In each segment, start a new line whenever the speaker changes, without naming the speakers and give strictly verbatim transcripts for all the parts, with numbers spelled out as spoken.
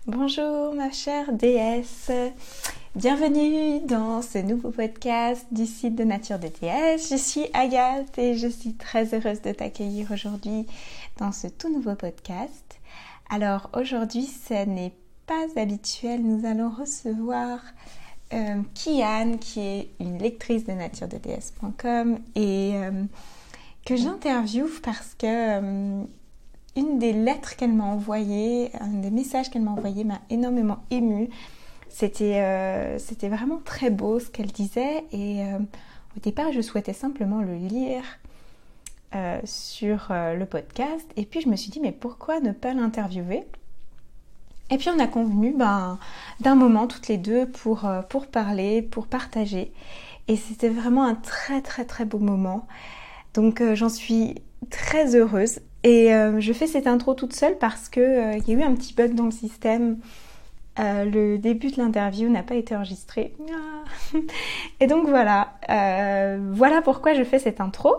Bonjour ma chère déesse, bienvenue dans ce nouveau podcast du site de Nature de Déesse. Je suis Agathe et je suis très heureuse de t'accueillir aujourd'hui dans ce tout nouveau podcast. Alors aujourd'hui ce n'est pas habituel, nous allons recevoir euh, Kian qui est une lectrice de nature de déesse point com et euh, que j'interviewe parce que... Euh, Une des lettres qu'elle m'a envoyées, un des messages qu'elle m'a envoyé m'a énormément émue. C'était, euh, c'était vraiment très beau ce qu'elle disait et euh, au départ je souhaitais simplement le lire euh, sur euh, le podcast et puis je me suis dit mais pourquoi ne pas l'interviewer? Et puis on a convenu ben, d'un moment toutes les deux pour, euh, pour parler, pour partager et c'était vraiment un très très très beau moment. Donc euh, j'en suis très heureuse. Et euh, je fais cette intro toute seule parce qu'il euh, y a eu un petit bug dans le système. Euh, le début de l'interview n'a pas été enregistré. Ah. Et donc voilà, euh, voilà pourquoi je fais cette intro.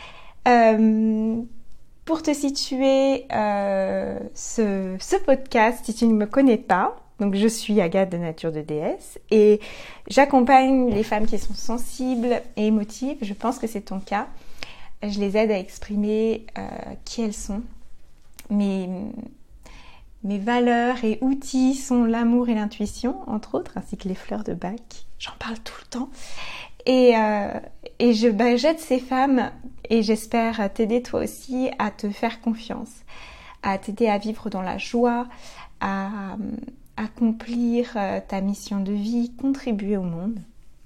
Euh, pour te situer euh, ce, ce podcast, si tu ne me connais pas, donc je suis Agathe de Nature de Déesse et j'accompagne les femmes qui sont sensibles et émotives. Je pense que c'est ton cas. Je les aide à exprimer euh, qui elles sont. Mes, mes valeurs et outils sont l'amour et l'intuition, entre autres, ainsi que les fleurs de bac. J'en parle tout le temps. Et, euh, et je, bah, j'aide ces femmes et j'espère t'aider toi aussi à te faire confiance, à t'aider à vivre dans la joie, à euh, accomplir euh, ta mission de vie, contribuer au monde.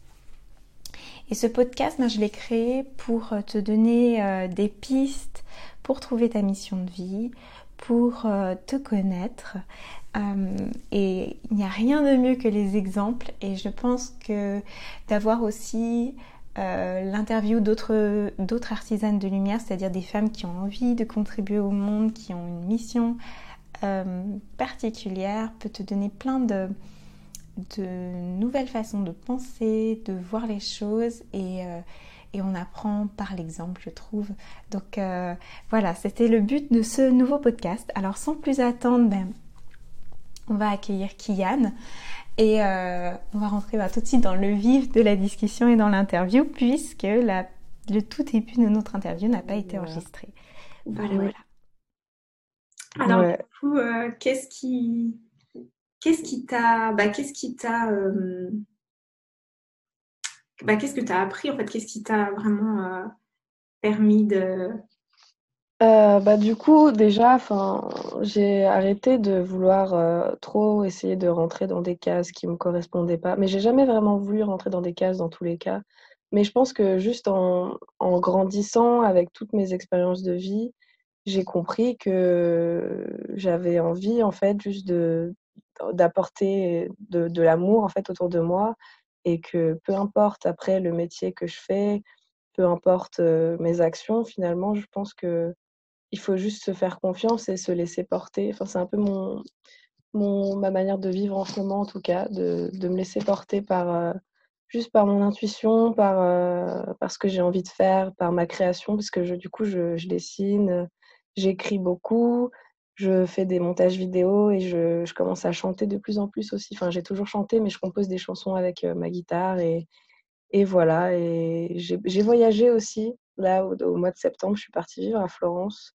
Et ce podcast, ben, je l'ai créé pour te donner euh, des pistes pour trouver ta mission de vie, pour euh, te connaître. Euh, et il n'y a rien de mieux que les exemples. Et je pense que d'avoir aussi euh, l'interview d'autres, d'autres artisanes de lumière, c'est-à-dire des femmes qui ont envie de contribuer au monde, qui ont une mission euh, particulière, peut te donner plein de... de nouvelles façons de penser, de voir les choses et, euh, et on apprend par l'exemple, je trouve. Donc euh, voilà, c'était le but de ce nouveau podcast. Alors sans plus attendre, ben, on va accueillir Kian et euh, on va rentrer ben, tout de suite dans le vif de la discussion et dans l'interview puisque la, le tout début de notre interview n'a pas été enregistré. Voilà,
Oui.
voilà. Alors
Ouais.
du coup, euh, qu'est-ce qui... Qu'est-ce qui t'a, bah, qu'est-ce qui t'a, euh, bah, qu'est-ce que tu as appris en fait? Qu'est-ce qui t'a vraiment euh, permis de...
Euh, bah, du coup, déjà, enfin, j'ai arrêté de vouloir euh, trop essayer de rentrer dans des cases qui me correspondaient pas. Mais j'ai jamais vraiment voulu rentrer dans des cases dans tous les cas. Mais je pense que juste en, en grandissant avec toutes mes expériences de vie, j'ai compris que j'avais envie, en fait, juste de, d'apporter de, de l'amour, en fait, autour de moi. Et que peu importe après le métier que je fais, peu importe euh, mes actions, finalement, je pense que il faut juste se faire confiance et se laisser porter. Enfin, c'est un peu mon, mon, ma manière de vivre en ce moment, en tout cas, de, de me laisser porter par, euh, juste par mon intuition, par, euh, par ce que j'ai envie de faire, par ma création, parce que je, du coup, je, je dessine, j'écris beaucoup, je fais des montages vidéo et je, je commence à chanter de plus en plus aussi. Enfin, j'ai toujours chanté, mais je compose des chansons avec euh, ma guitare et, et voilà. Et j'ai, j'ai voyagé aussi. Là, au, au mois de septembre, je suis partie vivre à Florence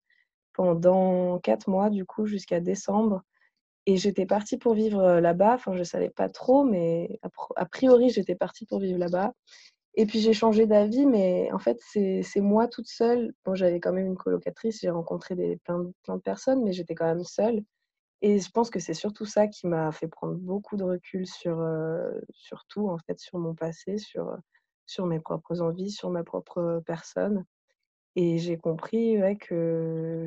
pendant quatre mois, du coup, jusqu'à décembre. Et j'étais partie pour vivre là-bas. Enfin, je ne savais pas trop, mais a priori, j'étais partie pour vivre là-bas. Et puis, j'ai changé d'avis, mais en fait, c'est, c'est moi toute seule. Bon, j'avais quand même une colocatrice, j'ai rencontré des, plein, de, plein de personnes, mais j'étais quand même seule. Et je pense que c'est surtout ça qui m'a fait prendre beaucoup de recul sur, euh, sur tout, en fait, sur mon passé, sur, sur mes propres envies, sur ma propre personne. Et j'ai compris, ouais, que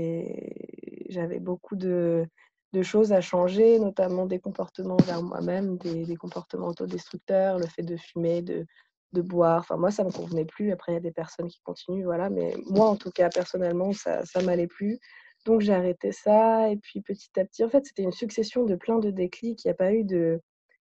j'avais j'avais beaucoup de de choses à changer, notamment des comportements envers moi-même, des des comportements autodestructeurs, le fait de fumer, de de boire. Enfin, moi, ça me convenait plus. Après, il y a des personnes qui continuent, voilà, mais moi, en tout cas, personnellement, ça ça m'allait plus. Donc j'ai arrêté ça et puis petit à petit en fait, c'était une succession de plein de déclics. Il y a pas eu de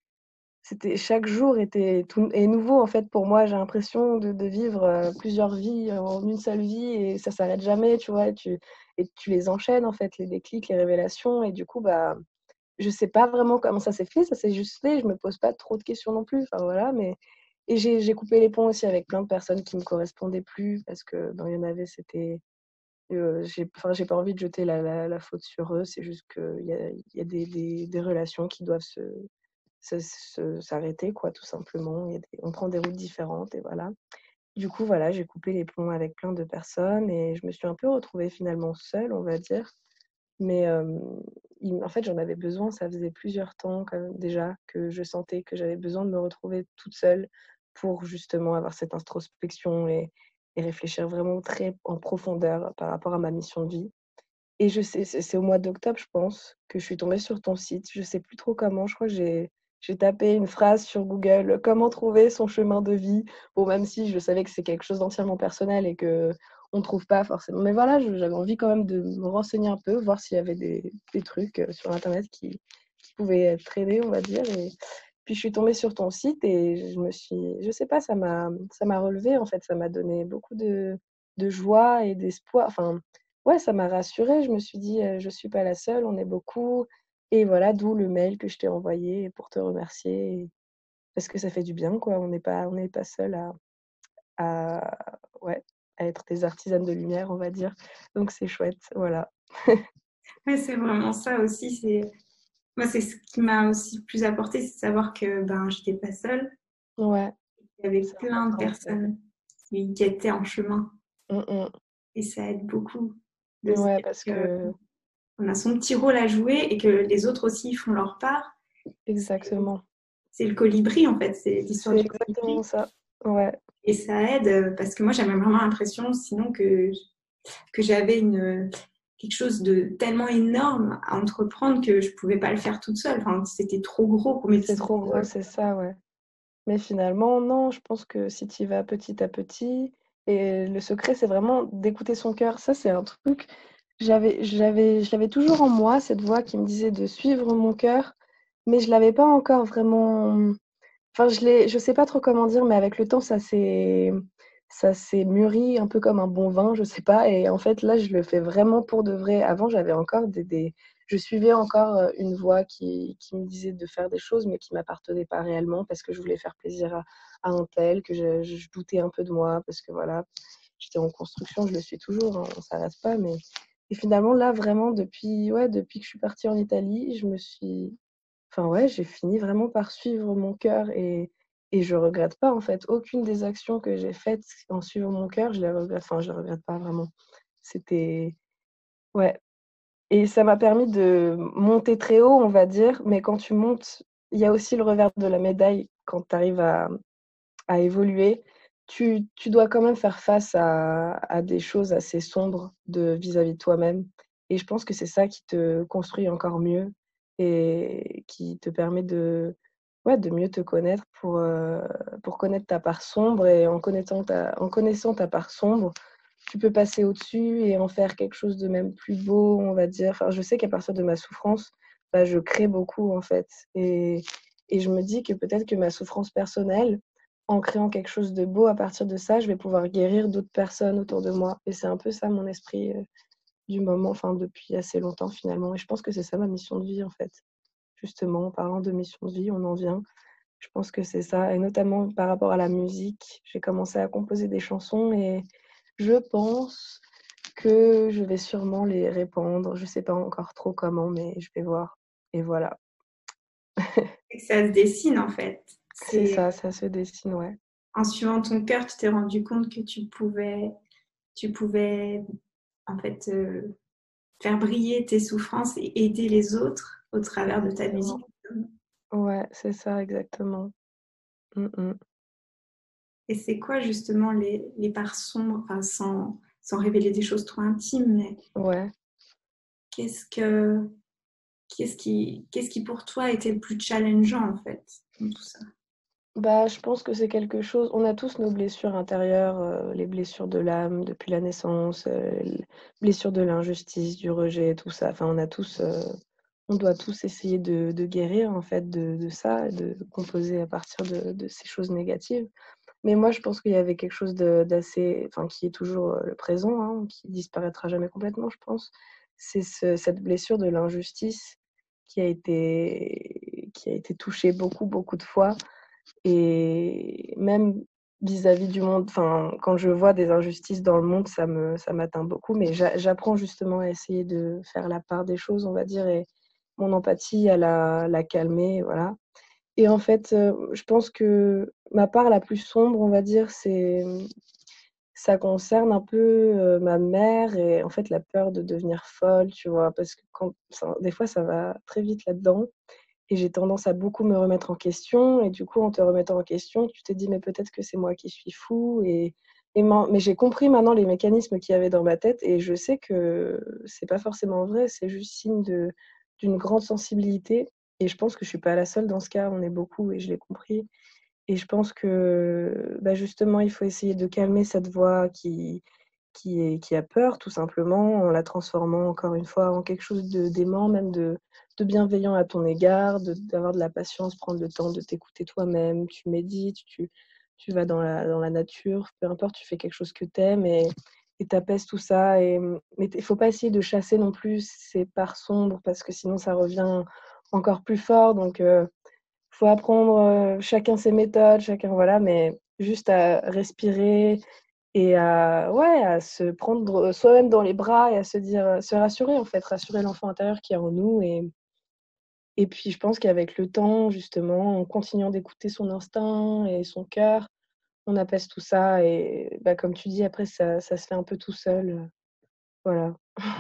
c'était chaque jour était tout est nouveau, en fait, pour moi. J'ai l'impression de de vivre, heu, plusieurs vies en une seule vie et ça s'arrête jamais, tu vois? Et tu et tu les enchaînes, en fait, les déclics, les révélations et du coup, bah, je sais pas vraiment comment ça s'est fait, ça s'est juste fait, je me pose pas trop de questions non plus, enfin voilà, mais et j'ai j'ai coupé les ponts aussi avec plein de personnes qui me correspondaient plus parce que, ben, il y en avait, c'était, heu, j'ai enfin, j'ai pas envie de jeter la la la faute sur eux, c'est juste qu'il y a il y a des des des relations qui doivent se se se s'arrêter quoi, tout simplement. Il y a des on prend des routes différentes et voilà. Du coup, voilà, j'ai coupé les ponts avec plein de personnes et je me suis un peu retrouvée finalement seule, on va dire. Mais, hem, il en fait, j'en avais besoin, ça faisait plusieurs temps quand même déjà que je sentais que j'avais besoin de me retrouver toute seule pour justement avoir cette introspection et et réfléchir vraiment très en profondeur par rapport à ma mission de vie. Et je sais, c'est c'est au mois d'octobre, je pense, que je suis tombée sur ton site. Je sais plus trop comment, je crois que j'ai j'ai tapé une phrase sur Google, heu: «Comment trouver son chemin de vie?» Bon, même si je savais que c'est quelque chose d'entièrement personnel et qu'on trouve pas forcément, mais voilà, je j'avais envie quand même de me renseigner un peu, voir s'il y avait des des trucs, heu, sur internet qui qui pouvaient être aidés, on va dire. Et puis je suis tombée sur ton site et je me suis, je sais pas, ça m'a ça m'a relevée en fait, ça m'a donné beaucoup de de joie et d'espoir. Enfin, ouais, ça m'a rassurée. Je me suis dit, heu: «Je suis pas la seule, on est beaucoup», et voilà, d'où le mail que je t'ai envoyé pour te remercier, parce que ça fait du bien, quoi. On n'est pas on n'est pas seul à à ouais, à être des artisanes de lumière, on va dire. Donc c'est chouette, voilà.
Ouais, c'est vraiment ça aussi. C'est moi, c'est ce qui m'a aussi plus apporté, c'est de savoir que ben j'étais pas seule.
Ouais,
Il y avait
c'est
plein de
important, ça.
personnes qui, qui étaient en chemin
Mmh mh.
et ça aide beaucoup de se
Ouais,
dire
parce
que
que
on a son petit rôle à jouer et que les autres aussi font leur part. C'est
exactement.
c'est le colibri en fait, c'est l'histoire
C'est
du
exactement
colibri
ça. Ouais,
et ça aide euh, parce que moi j'avais vraiment l'impression sinon que que j'avais une quelque chose de tellement énorme à entreprendre que je pouvais pas le faire toute seule. Enfin, c'était trop gros pour mes
c'est
petites
trop gros,
épaules.
c'est ça, ouais. Mais finalement, non, je pense que si tu y vas petit à petit, et le secret, c'est vraiment d'écouter son cœur. Ça, c'est un truc, j'avais j'avais je l'avais toujours en moi, cette voix qui me disait de suivre mon cœur, mais je l'avais pas encore vraiment, enfin, je l'ai je sais pas trop comment dire, mais avec le temps, ça s'est ça s'est mûri un peu comme un bon vin, je sais pas. Et en fait, là, je le fais vraiment pour de vrai. Avant, j'avais encore des des je suivais encore, heu, une voix qui qui me disait de faire des choses, mais qui m'appartenaient pas réellement parce que je voulais faire plaisir à à un tel, que je je doutais un peu de moi parce que voilà, j'étais en construction, je le suis toujours, hein, on s'arrête pas. Mais et finalement, là, vraiment depuis, ouais, depuis que je suis partie en Italie, je me suis, enfin, ouais, j'ai fini vraiment par suivre mon cœur. et et je regrette pas, en fait, aucune des actions que j'ai faites en suivant mon cœur, je les regrette, enfin, je les regrette pas vraiment. C'était, ouais, et ça m'a permis de monter très haut, on va dire, mais quand tu montes, il y a aussi le revers de la médaille quand tu arrives à à évoluer. Tu tu dois quand même faire face à à des choses assez sombres de vis-à-vis de toi-même, et je pense que c'est ça qui te construit encore mieux et qui te permet de, ouais, de mieux te connaître pour, heu, pour connaître ta part sombre. Et en connaissant ta en connaissant ta part sombre, tu peux passer au-dessus et en faire quelque chose de même plus beau, on va dire. Enfin, je sais qu'à partir de ma souffrance, bah, je crée beaucoup, en fait. et et je me dis que peut-être que ma souffrance personnelle, en créant quelque chose de beau à partir de ça, je vais pouvoir guérir d'autres personnes autour de moi. Et c'est un peu ça mon esprit, heu, du moment, enfin depuis assez longtemps finalement. Et je pense que c'est ça ma mission de vie, en fait. Justement, en parlant de mission de vie, on en vient. Je pense que c'est ça, et notamment par rapport à la musique. J'ai commencé à composer des chansons et je pense que je vais sûrement les répandre. Je sais pas encore trop comment, mais je vais voir, et voilà.
Et que ça se dessine en fait.
C'est
C'est
ça, ça se dessine, ouais.
en suivant ton cœur, tu t'es rendu compte que tu pouvais, tu pouvais en fait euh, faire briller tes souffrances et aider les autres au travers de ta
Exactement.
musique.
Ouais, c'est ça exactement. Mmh mh.
Et c'est quoi justement les, les parts sombres, enfin, sans, sans révéler des choses trop intimes, mais
Ouais.
qu'est-ce que qu'est-ce qui qu'est-ce qui pour toi était le plus challengeant en fait dans tout ça?
Bah, je pense que c'est quelque chose, on a tous nos blessures intérieures, heu, les blessures de l'âme depuis la naissance, heu, l blessures de l'injustice, du rejet, tout ça. Enfin, on a tous, heu, on doit tous essayer de de guérir en fait de de ça, et de composer à partir de de ces choses négatives. Mais moi, je pense qu'il y avait quelque chose de d'assez, enfin, qui est toujours, heu, le présent, hein, qui disparaîtra jamais complètement, je pense. C'est ce cette blessure de l'injustice qui a été qui a été touchée beaucoup, beaucoup de fois et même vis-à-vis du monde, enfin, quand je vois des injustices dans le monde, ça me ça m'atteint beaucoup, mais j'a j'apprends justement à essayer de faire la part des choses, on va dire et mon empathie à la la calmer, voilà et en fait, heu, je pense que ma part la plus sombre, on va dire, c'est, mmh, ça concerne un peu, heu, ma mère et en fait la peur de devenir folle, tu vois? Parce que quand enfin, des fois ça va très vite là-dedans et j'ai tendance à beaucoup me remettre en question et du coup, en te remettant en question, tu te dis: «Mais peut-être que c'est moi qui suis fou» et et men mais j'ai compris maintenant les mécanismes qu'il y avait dans ma tête et je sais que c'est pas forcément vrai, c'est juste signe de d'une grande sensibilité et je pense que je suis pas la seule dans ce cas, on est beaucoup et je l'ai compris et je pense que, bah, justement, il faut essayer de calmer cette voix qui qui est qui a peur tout simplement, en la transformant encore une fois en quelque chose de d'aimant, même de de bienveillant à ton égard, de d'avoir de la patience, prendre le temps de t'écouter toi-même. Tu médites, tu tu vas dans la dans la nature, peu importe, tu fais quelque chose que tu aimes et et tu apaises tout ça et mmh, mais il faut pas essayer de chasser non plus ces parts sombres parce que sinon ça revient encore plus fort donc heu faut apprendre, heu, chacun ses méthodes, chacun voilà, mais juste à respirer et à ouais, à se prendre soi-même dans les bras et à se dire, heu, se rassurer en fait, rassurer l'enfant intérieur qui est en nous et et puis je pense qu'avec le temps, justement, en continuant d'écouter son instinct et son cœur, on apaise tout ça et bah, comme tu dis, après ça ça se fait un peu tout seul, heu, voilà.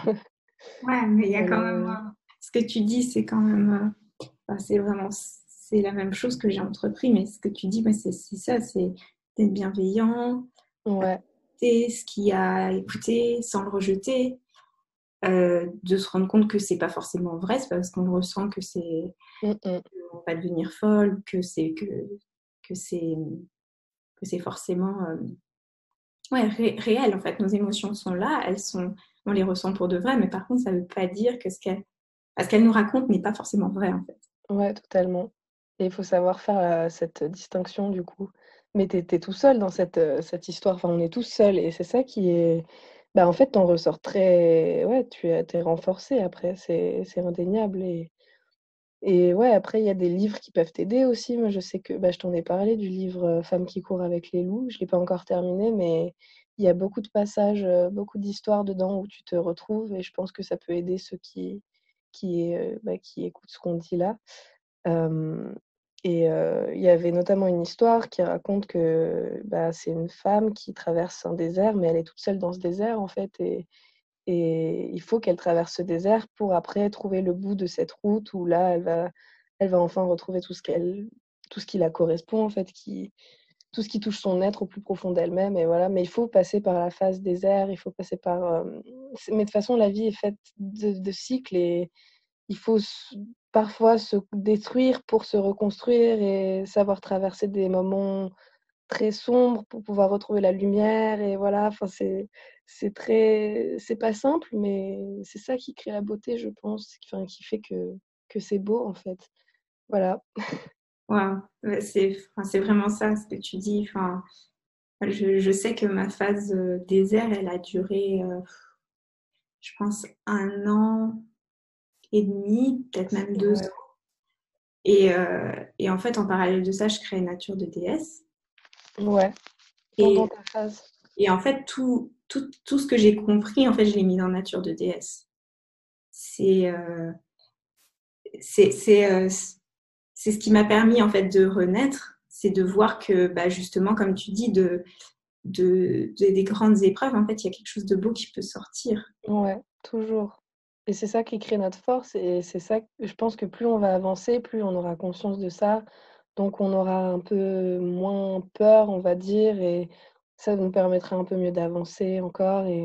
Ouais, mais il y a
Voilà,
quand même,
voilà.
euh, ce que tu dis, c'est quand même, euh, enfin, c'est vraiment, c'est la même chose que j'ai entrepris, mais ce que tu dis, bah, c'est c'est ça, c'est d'être bienveillant,
Ouais.
écouter ce qu'il y a à écouter sans le rejeter, euh, de se rendre compte que c'est pas forcément vrai, c'est pas parce qu'on le ressent que c'est,
Mmh mh.
on va devenir folle, que c'est que que c'est que c'est forcément euh, ouais, ré- réel en fait. Nos émotions sont là, elles sont, on les ressent pour de vrai, mais par contre, ça veut pas dire que ce qu'elles ce qu'elle nous raconte n'est pas forcément vrai en fait.
Ouais, totalement et il faut savoir faire, heu, cette distinction du coup. Mais tu es tu es tout seul dans cette, heu, cette histoire, enfin on est tous seuls et c'est ça qui est bah, en fait, tu en ressors très ouais, tu es tu es renforcé après, c'est c'est indéniable et et ouais, après il y a des livres qui peuvent t'aider aussi. Moi, je sais que, bah, je t'en ai parlé du livre, heu, Femme qui court avec les loups. Je l'ai pas encore terminé, mais il y a beaucoup de passages, heu, beaucoup d'histoires dedans où tu te retrouves et je pense que ça peut aider ceux qui qui, heu, bah, qui écoutent ce qu'on dit là. Hem et heu, il y avait notamment une histoire qui raconte que, bah, c'est une femme qui traverse un désert, mais elle est toute seule dans ce désert, en fait et et il faut qu'elle traverse ce désert pour après trouver le bout de cette route où là, elle va elle va enfin retrouver tout ce qu'elle tout ce qui la correspond, en fait, qui tout ce qui touche son être au plus profond d'elle-même et voilà. Mais il faut passer par la phase désert, il faut passer par, hem, c mais de toute façon, la vie est faite de de cycles et il faut s parfois se détruire pour se reconstruire et savoir traverser des moments très sombres pour pouvoir retrouver la lumière et voilà, enfin c'est c'est très c'est pas simple, mais c'est ça qui crée la beauté, je pense, qui enfin qui fait que que c'est beau, en fait. Voilà.
Wow. Ouais, c'est, enfin, c'est vraiment ça ce que tu dis. Enfin, je, je sais que ma phase euh, désert, elle a duré, euh, je pense, un an et demi, peut-être même deux
Ouais,
ans. Et, euh, et en fait, en parallèle de ça, je crée Nature de D S.
ouais, pendant
Et,
ta phase.
et en fait, tout, tout, tout ce que j'ai compris, en fait, je l'ai mis dans Nature de D S. C'est euh, c'est c'est euh, c'est ce qui m'a permis en fait de renaître, c'est de voir que bah, justement, comme tu dis, de, de, de- des grandes épreuves, en fait, il y a quelque chose de beau qui peut sortir.
Ouais, toujours et c'est ça qui crée notre force et c'est ça que je pense que plus on va avancer, plus on aura conscience de ça, donc on aura un peu moins peur, on va dire et ça nous permettra un peu mieux d'avancer encore et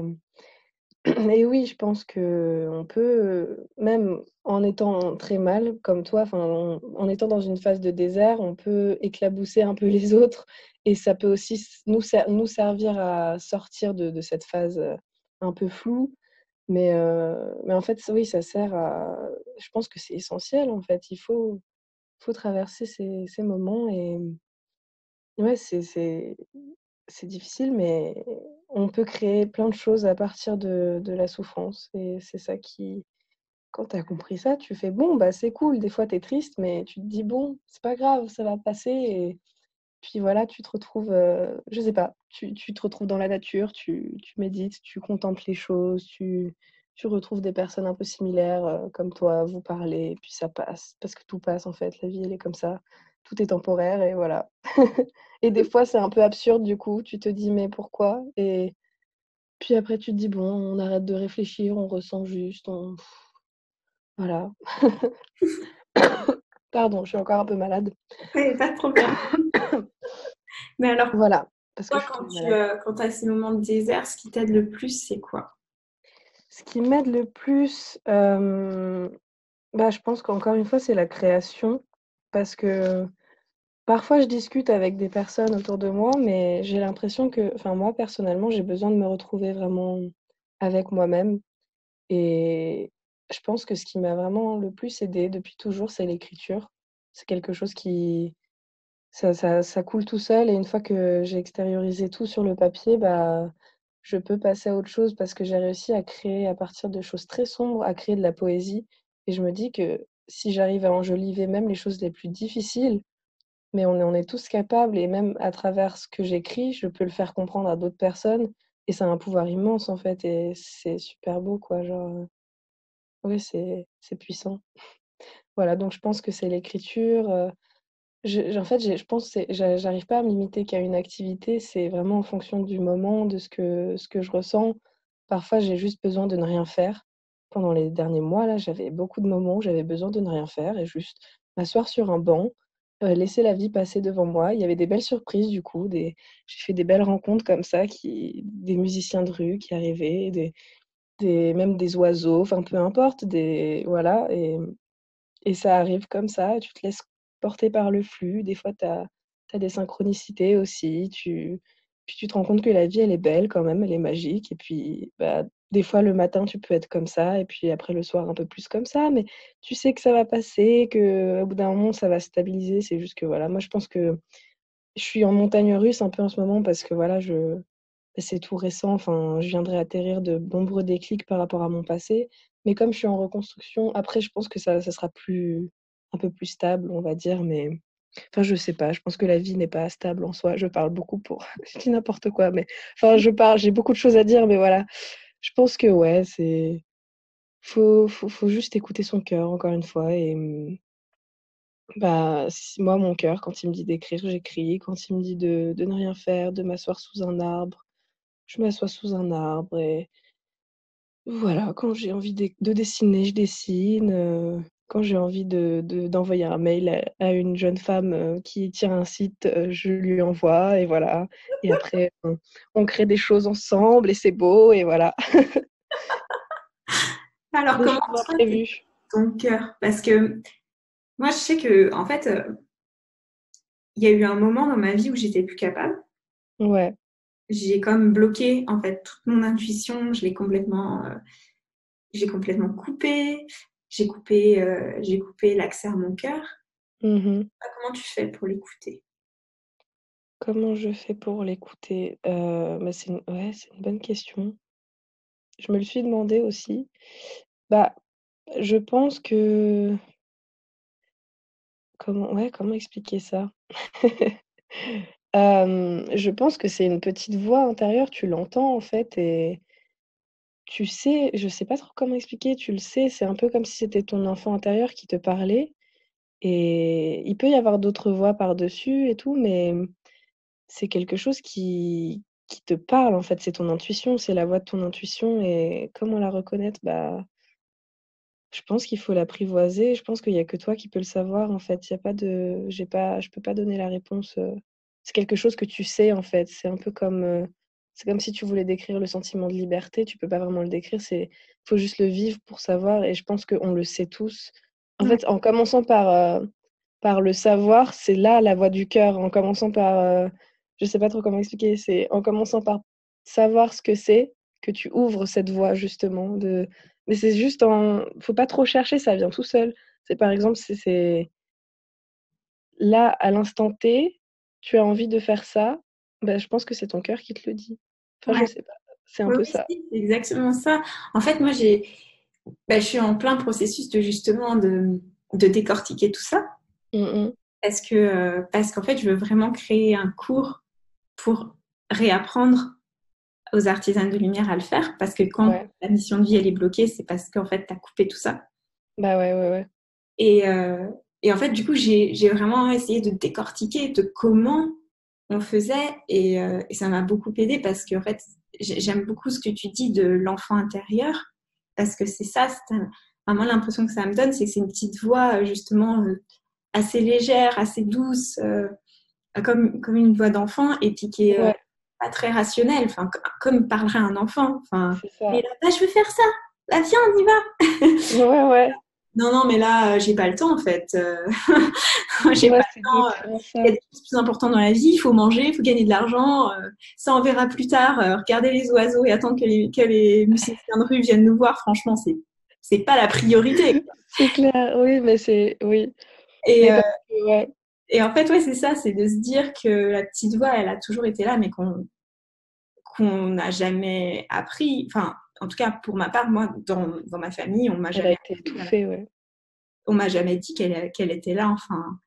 et oui, je pense qu'on peut, heu, même en étant très mal comme toi, enfin, en en étant dans une phase de désert, on peut éclabousser un peu les autres et ça peut aussi s nous ser nous servir à sortir de de cette phase, heu, un peu floue. Mais heu, mais en fait, oui, ça sert à je pense que c'est essentiel, en fait. Il faut faut traverser ces ces moments et ouais, c'est c'est c'est difficile, mais on peut créer plein de choses à partir de de la souffrance et c'est ça qui quand tu as compris ça, tu fais: «Bon, bah, c'est cool». Des fois, tu es triste, mais tu te dis: «Bon, c'est pas grave, ça va passer» et puis voilà, tu te retrouves, heu, je sais pas, tu tu te retrouves dans la nature, tu tu médites, tu contemples les choses, tu tu retrouves des personnes un peu similaires, heu, comme toi, vous parlez et puis ça passe. Parce que tout passe en fait, la vie elle est comme ça, tout est temporaire et voilà. Et des fois, c'est un peu absurde du coup, tu te dis: «Mais pourquoi?» et puis après tu te dis: «Bon, on arrête de réfléchir, on ressent juste, on» voilà. Pardon, je suis encore un peu malade.
Ouais, pas de problème. Mais alors,
Voilà, parce que
toi,
je suis
quand
tombée
tu
malade.
euh, quand as ces moments de désert, ce qui t'aide le plus, c'est quoi?
Ce qui m'aide le plus, hem, bah, je pense qu'encore une fois, c'est la création parce que parfois je discute avec des personnes autour de moi, mais j'ai l'impression que enfin moi personnellement, j'ai besoin de me retrouver vraiment avec moi-même et je pense que ce qui m'a vraiment le plus aidée depuis toujours, c'est l'écriture. C'est quelque chose qui ça ça ça coule tout seul et une fois que j'ai extériorisé tout sur le papier, bah, je peux passer à autre chose parce que j'ai réussi à créer à partir de choses très sombres, à créer de la poésie et je me dis que si j'arrive à enjoliver même les choses les plus difficiles, mais on en est tous capables et même à travers ce que j'écris, je peux le faire comprendre à d'autres personnes et ça a un pouvoir immense en fait et c'est super beau quoi, genre, heu, ouais, c'est c'est puissant. Voilà, donc je pense que c'est l'écriture, heu Je j en fait, j'ai je pense c'est j'a j'arrive pas à me limiter qu'à une activité, c'est vraiment en fonction du moment, de ce que ce que je ressens. Parfois, j'ai juste besoin de ne rien faire. Pendant les derniers mois, là, j'avais beaucoup de moments où j'avais besoin de ne rien faire et juste m'asseoir sur un banc, heu, laisser la vie passer devant moi. Il y avait des belles surprises du coup, des j'ai fait des belles rencontres comme ça qui des musiciens de rue qui arrivaient, des des même des oiseaux, enfin peu importe, des voilà et et ça arrive comme ça, tu te laisses porter par le flux. Des fois, tu as des synchronicités aussi, tu puis tu te rends compte que la vie, elle est belle quand même, elle est magique et puis, bah, des fois, le matin, tu peux être comme ça et puis après le soir, un peu plus comme ça, mais tu sais que ça va passer, qu'au bout d'un moment, ça va se stabiliser. C'est juste que voilà, moi, je pense que je suis en montagne russe un peu en ce moment parce que voilà, je c'est tout récent, enfin, je viendrai atterrir de nombreux déclics par rapport à mon passé, mais comme je suis en reconstruction, après je pense que ça ça sera plus un peu plus stable, on va dire, mais enfin, je sais pas, je pense que la vie n'est pas stable en soi. Je parle beaucoup pour je dis n'importe quoi, mais enfin, je parle, j'ai beaucoup de choses à dire, mais voilà. Je pense que ouais, c'est faut faut faut juste écouter son cœur encore une fois et mmh, bah, si moi, mon cœur, quand il me dit d'écrire, j'écris, quand il me dit de de ne rien faire, de m'asseoir sous un arbre, je m'assois sous un arbre et voilà, quand j'ai envie dé de dessiner, je dessine, heu, quand j'ai envie de de d'envoyer un mail à à une jeune femme, heu, qui tient un site, heu, je lui envoie et voilà et après on on crée des choses ensemble et c'est beau et voilà.
Alors,
Des
comment
choses
toi, tu
imprévues.
ton cœur? Parce que moi, je sais que, en fait, heu, il y a eu un moment dans ma vie où j'étais plus capable.
Ouais.
J'ai comme bloqué, en fait, toute mon intuition, je l'ai complètement, heu, j'ai complètement coupé. J'ai coupé, heu, j'ai coupé l'accès à mon cœur.
Mmh mh.
Toi, comment tu fais pour l'écouter?
Comment je fais pour l'écouter? Heu, bah, c'est une ouais, c'est une bonne question. Je me le suis demandé aussi. Bah, je pense que comment ouais, comment expliquer ça? Hem, je pense que c'est une petite voix intérieure, tu l'entends en fait et tu sais je sais pas trop comment expliquer, tu le sais, c'est un peu comme si c'était ton enfant intérieur qui te parlait et il peut y avoir d'autres voix par-dessus et tout, mais c'est quelque chose qui qui te parle en fait, c'est ton intuition, c'est la voix de ton intuition et comment la reconnaître? Bah, je pense qu'il faut l'apprivoiser. Je pense qu'il y a que toi qui peux le savoir, en fait. Il y a pas de j'ai pas je peux pas donner la réponse, heu, c'est quelque chose que tu sais, en fait. C'est un peu comme, heu, c'est comme si tu voulais décrire le sentiment de liberté, tu peux pas vraiment le décrire, c'est faut juste le vivre pour savoir et je pense qu'on le sait tous. En
Ouais,
fait, en commençant par, heu, par le savoir, c'est là la voix du cœur. En commençant par, heu, je sais pas trop comment expliquer, c'est en commençant par savoir ce que c'est, que tu ouvres cette voie justement de mais c'est juste en faut pas trop chercher, ça vient tout seul. C'est par exemple, c'est c'est là, à l'instant T, tu as envie de faire ça, bah, je pense que c'est ton cœur qui te le dit. Enfin, je
ouais.
sais pas, c'est un
Oui,
peu
oui,
ça.
si, c'est exactement ça. En fait, moi, j'ai Bah, je suis en plein processus de justement de, de décortiquer tout ça
Mmh.
parce que euh, parce qu'en fait, je veux vraiment créer un cours pour réapprendre aux artisans de lumière à le faire parce que quand
Ouais.
la mission de vie elle est bloquée, c'est parce qu'en fait, tu as coupé tout ça.
Bah, ouais, ouais, ouais.
Et, euh, et en fait, du coup, j'ai, j'ai vraiment essayé de décortiquer de comment on faisait et, euh, et ça m'a beaucoup aidé parce que en fait, j'aime beaucoup ce que tu dis de l'enfant intérieur parce que c'est ça, c'est un, enfin, moi l'impression que ça me donne, c'est que c'est une petite voix justement euh, assez légère, assez douce, euh, comme, comme une voix d'enfant et puis qui est euh,
Ouais,
pas très rationnelle, enfin, comme parlerait un enfant. Enfin,
c'est
mais
ça.
là, bah, je veux faire ça, bah, viens, on y va.
Ouais, ouais.
Non, non, mais là, euh, j'ai pas le temps en fait. Euh, j'ai
Ouais,
pas
c'est
le temps. euh,
exactement
Il y a
ça.
des choses plus importantes dans la vie. Il faut manger, il faut gagner de l'argent. euh, ça, on verra plus tard. Euh, regarder les oiseaux et attendre que les, que les musiciens de rue viennent nous voir. Franchement, c'est c'est pas la priorité.
C'est clair, oui, mais c'est oui.
Et,
Mais
euh,
parce que ouais,
et en fait, ouais, c'est ça, c'est de se dire que la petite voix, elle a toujours été là, mais qu'on qu'on n'a jamais appris. Enfin, en tout cas, pour ma part, moi, dans, dans ma famille, on m'a
elle a
jamais
été
appris, voilà.
étouffée, ouais.
On m'a jamais dit qu'elle qu'elle était là. Enfin,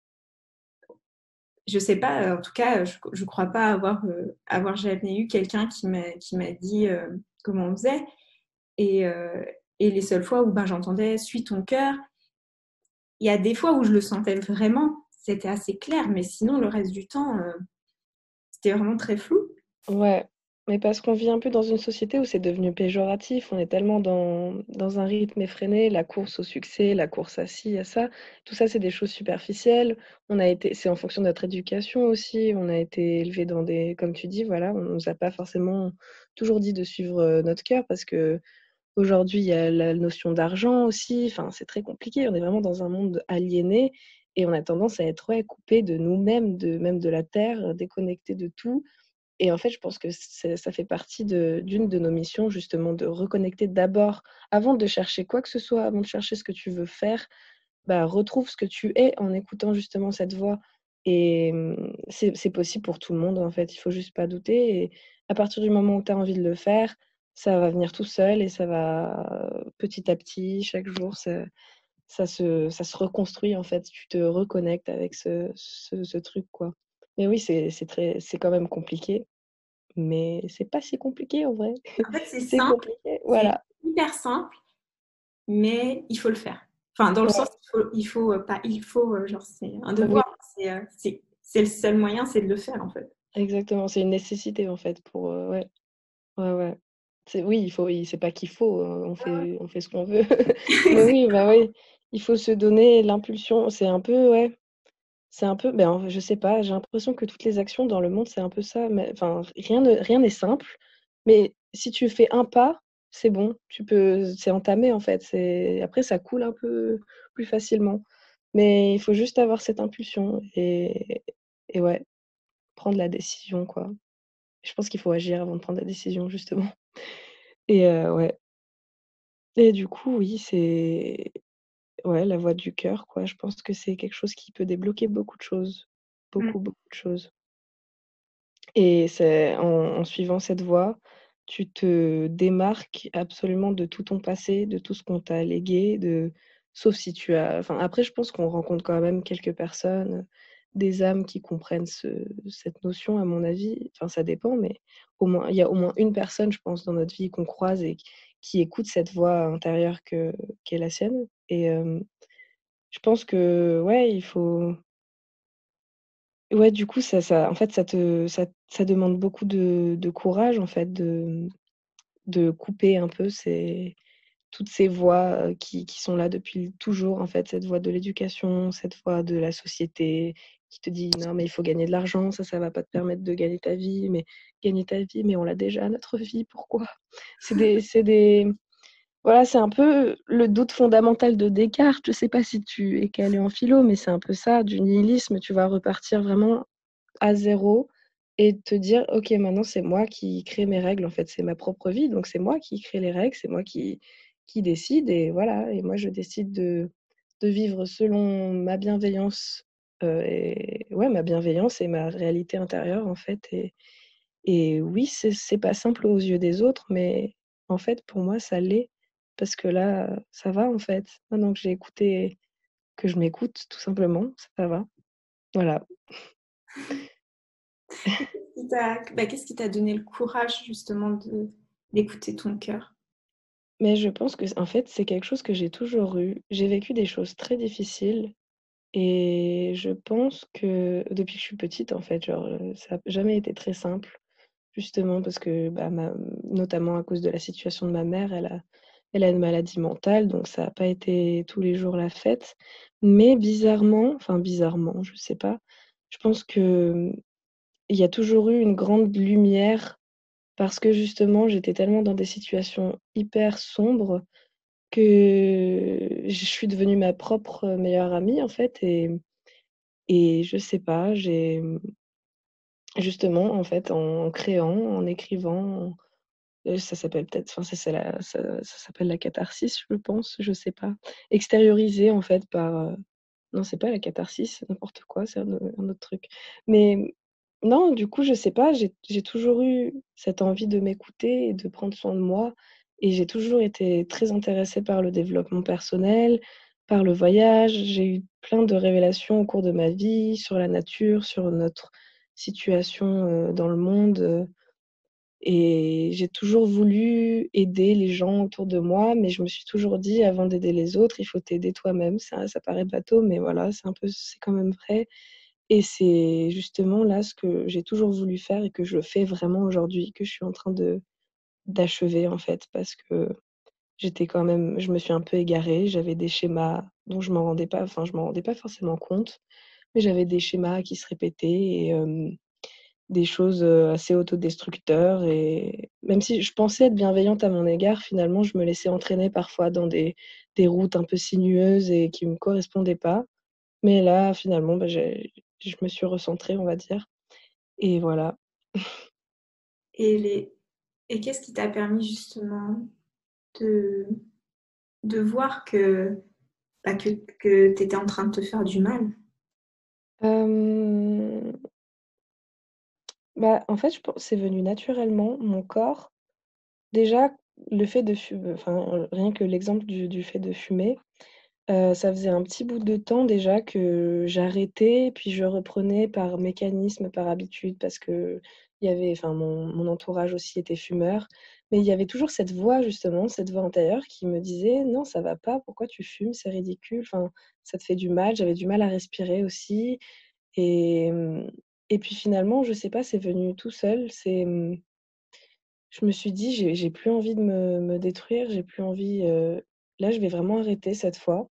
je sais pas, euh, en tout cas, je, je crois pas avoir, euh, avoir jamais eu quelqu'un qui m'a, qui m'a dit euh, comment on faisait. Et, euh, et les seules fois où ben, j'entendais suis ton cœur, il y a des fois où je le sentais vraiment, c'était assez clair, mais sinon, le reste du temps, euh, c'était vraiment très flou.
Ouais, mais parce qu'on vit un peu dans une société où c'est devenu péjoratif, on est tellement dans dans un rythme effréné, la course au succès, la course à ci, à ça, tout ça, c'est des choses superficielles. On a été c'est en fonction de notre éducation aussi, on a été élevé dans des comme tu dis, voilà, on nous a pas forcément toujours dit de suivre, heu, notre cœur parce qu'aujourd'hui, il y a la notion d'argent aussi, enfin, c'est très compliqué. On est vraiment dans un monde aliéné et on a tendance à être, ouais, coupé de nous-mêmes, de même de la terre, déconnecté de tout et en fait, je pense que c'est ça fait partie de d'une de nos missions justement de reconnecter d'abord avant de chercher quoi que ce soit, avant de chercher ce que tu veux faire, bah, retrouve ce que tu es en écoutant justement cette voix et mmh, c'est c'est possible pour tout le monde, en fait. Il faut juste pas douter et à partir du moment où tu as envie de le faire, ça va venir tout seul et ça va, heu, petit à petit, chaque jour, ça ça se ça se reconstruit, en fait. Tu te reconnectes avec ce ce ce truc, quoi. Mais oui, c'est c'est très c'est quand même compliqué. Mais c'est pas si compliqué en vrai.
En fait, c'est
C'est
simple,
compliqué,
c'est
voilà.
hyper simple, mais il faut le faire. Enfin, dans le sens,
Ouais,
il faut, il faut euh, pas, il faut, euh, genre, c'est un
oui,
devoir, c'est euh, c'est c'est le seul moyen, c'est de le faire, en fait.
exactement, c'est une nécessité en fait pour, heu, ouais, ouais, ouais. C'est oui, il faut oui, c'est pas qu'il faut, heu, on fait on fait ce qu'on veut. Mais oui, bah, oui, il faut se donner l'impulsion. C'est un peu ouais, c'est un peu, ben, en je sais pas, j'ai l'impression que toutes les actions dans le monde, c'est un peu ça, mais enfin, rien ne rien n'est simple, mais si tu fais un pas, c'est bon, tu peux c'est entamé en fait, c'est après ça coule un peu plus facilement. Mais il faut juste avoir cette impulsion et et ouais, prendre la décision, quoi. Je pense qu'il faut agir avant de prendre la décision, justement et heu, ouais et du coup, oui, c'est ouais, la voix du cœur, quoi. Je pense que c'est quelque chose qui peut débloquer beaucoup de choses,
Mm,
beaucoup, beaucoup de choses et c'est en en suivant cette voie, tu te démarques absolument de tout ton passé, de tout ce qu'on t'a légué, de sauf si tu as enfin, après, je pense qu'on rencontre quand même quelques personnes, des âmes qui comprennent ce cette notion, à mon avis. Enfin, ça dépend, mais au moins il y a au moins une personne, je pense, dans notre vie qu'on croise et qui qui écoute cette voix intérieure que qu'est la sienne et hem, je pense que, ouais, il faut ouais, du coup, ça ça en fait, ça te ça ça demande beaucoup de de courage, en fait, de de couper un peu ces toutes ces voix, heu, qui qui sont là depuis toujours, en fait, cette voix de l'éducation, cette voix de la société qui te dit: «Non, mais il faut gagner de l'argent, ça, ça va pas te permettre de gagner ta vie, mais gagner ta vie, mais on l'a déjà notre vie, pourquoi?» C'est des c'est des voilà, c'est un peu le doute fondamental de Descartes. Je sais pas si tu es calé en philo, mais c'est un peu ça, du nihilisme. Tu vas repartir vraiment à zéro et te dire: «OK, maintenant c'est moi qui crée mes règles, en fait, c'est ma propre vie, donc c'est moi qui crée les règles, c'est moi qui qui décide et voilà et moi je décide de de vivre selon ma bienveillance, heu et ouais, ma bienveillance et ma réalité intérieure, en fait» et et oui, c'est c'est pas simple aux yeux des autres, mais en fait, pour moi, ça l'est parce que là, heu, ça va en fait. Maintenant que j'ai écouté que je m'écoute tout simplement, ça va. Voilà.
Qu'est-ce qui t'a bah, qu'est-ce qui t'a donné le courage justement de d'écouter ton cœur?
Mais je pense que c en fait, c'est quelque chose que j'ai toujours eu. J'ai vécu des choses très difficiles et je pense que depuis que je suis petite, en fait, genre, heu, ça a jamais été très simple. Justement parce que, bah, ma notamment à cause de la situation de ma mère, elle a elle a une maladie mentale, donc ça a pas été tous les jours la fête. Mais bizarrement, enfin bizarrement, je sais pas, je pense que, mmh, il y a toujours eu une grande lumière parce que justement j'étais tellement dans des situations hyper sombres que je suis devenue ma propre meilleure amie en fait et et je sais pas, j'ai, mmh, justement en fait en créant, en écrivant. Heu, ça s'appelle peut-être enfin, ça c'est la ça ça s'appelle la catharsis, je pense, je sais pas. Extérioriser en fait par, heu non, c'est pas la catharsis, c'est n'importe quoi, c'est un au un autre truc. Mais mmh, non, du coup, je sais pas, j'ai j'ai toujours eu cette envie de m'écouter et de prendre soin de moi et j'ai toujours été très intéressée par le développement personnel, par le voyage. J'ai eu plein de révélations au cours de ma vie sur la nature, sur notre situation, heu, dans le monde, heu et j'ai toujours voulu aider les gens autour de moi, mais je me suis toujours dit: «Avant d'aider les autres, il faut t'aider toi-même». Ça ça paraît bateau, mais voilà, c'est un peu c'est quand même vrai et c'est justement là ce que j'ai toujours voulu faire et que je fais vraiment aujourd'hui, que je suis en train de d'achever en fait. Parce que j'étais quand même je me suis un peu égarée, j'avais des schémas dont je m'en rendais pas enfin, je m'en rendais pas forcément compte, mais j'avais des schémas qui se répétaient et hem des choses, heu, assez autodestructeurs et même si je pensais être bienveillante à mon égard, finalement, je me laissais entraîner parfois dans des des routes un peu sinueuses et qui me correspondaient pas. Mais là, finalement, bah, j'ai je me suis recentrée, on va dire et voilà.
Et les et qu'est-ce qui t'a permis justement de de voir que, bah, que que tu étais en train de te faire du mal?
Hem, bah, en fait, je pen c'est venu naturellement. Mon corps déjà, le fait de fu enfin, rien que l'exemple du du fait de fumer. Heu, ça faisait un petit bout de temps déjà que j'arrêtais, puis je reprenais par mécanisme, par habitude parce qu'il y avait enfin mon mon entourage aussi était fumeur. Mais il y avait toujours cette voix justement, cette voix intérieure qui me disait: «Non, ça va pas, pourquoi tu fumes? C'est ridicule, enfin, ça te fait du mal». J'avais du mal à respirer aussi et mmh et puis finalement, je sais pas, c'est venu tout seul. C'est, mmh, je me suis dit: «J'ai j'ai plus envie de me me détruire, j'ai plus envie, heu, là, je vais vraiment arrêter cette fois».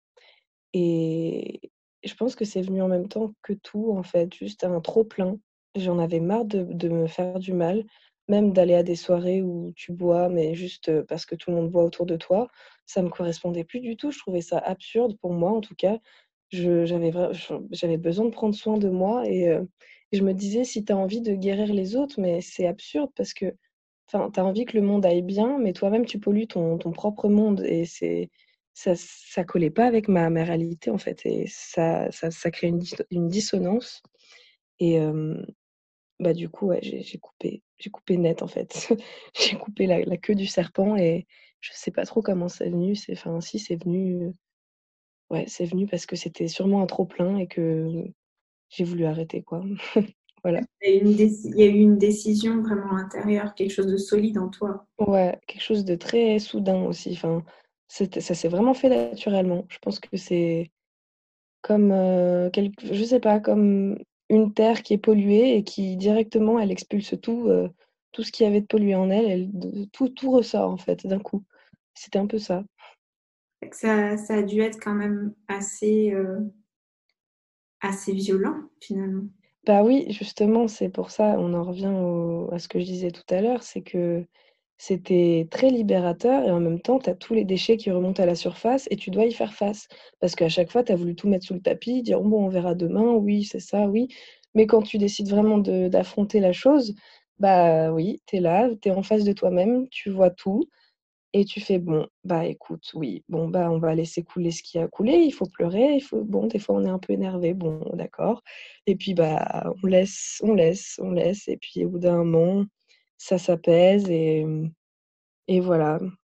Et je pense que c'est venu en même temps que tout, en fait, juste un trop-plein. J'en avais marre de de me faire du mal, même d'aller à des soirées où tu bois, mais juste, heu, parce que tout le monde boit autour de toi. Ça me correspondait plus du tout, je trouvais ça absurde pour moi, en tout cas. Je j'avais vra je j'avais besoin de prendre soin de moi et heu, et je me disais: «Si tu as envie de guérir les autres, mais c'est absurde parce que, enfin, tu as envie que le monde aille bien, mais toi-même tu pollues ton ton propre monde» et c'est ça ça collait pas avec ma ma réalité, en fait et ça ça ça crée une dis une dissonance et hem, bah, du coup, ouais, j'ai j'ai coupé j'ai coupé net, en fait. J'ai coupé la la queue du serpent et je sais pas trop comment c'est venu, c'est enfin si, c'est venu, ouais, c'est venu parce que c'était sûrement un trop plein et que j'ai voulu arrêter, quoi. Voilà.
Il y a eu une déci il y a eu une décision vraiment intérieure, quelque chose de solide en toi.
Ouais, quelque chose de très soudain aussi, enfin, c'était ça s'est vraiment fait naturellement. Je pense que c'est comme, heu, quelque je sais pas, comme une terre qui est polluée et qui directement elle expulse tout, heu, tout ce qu'il y avait de pollué en elle, elle de tout tout ressort en fait d'un coup. C'était un peu ça.
Fait que ça ça a dû être quand même assez, heu, assez violent finalement.
Bah oui, justement, c'est pour ça, on en revient au à ce que je disais tout à l'heure, c'est que c'était très libérateur et en même temps, tu as tous les déchets qui remontent à la surface et tu dois y faire face. Parce qu'à chaque fois, tu as voulu tout mettre sous le tapis, dire: «Bon, on verra demain, oui, c'est ça, oui». Mais quand tu décides vraiment de d'affronter la chose, bah oui, tu es là, tu es en face de toi-même, tu vois tout et tu fais: «Bon, bah, écoute, oui, bon, bah, on va laisser couler ce qui a coulé, il faut pleurer, il faut bon, des fois, on est un peu énervé, bon, d'accord» et puis, bah, on laisse, on laisse, on laisse et puis au bout d'un moment, ça s'apaise et mmh et voilà.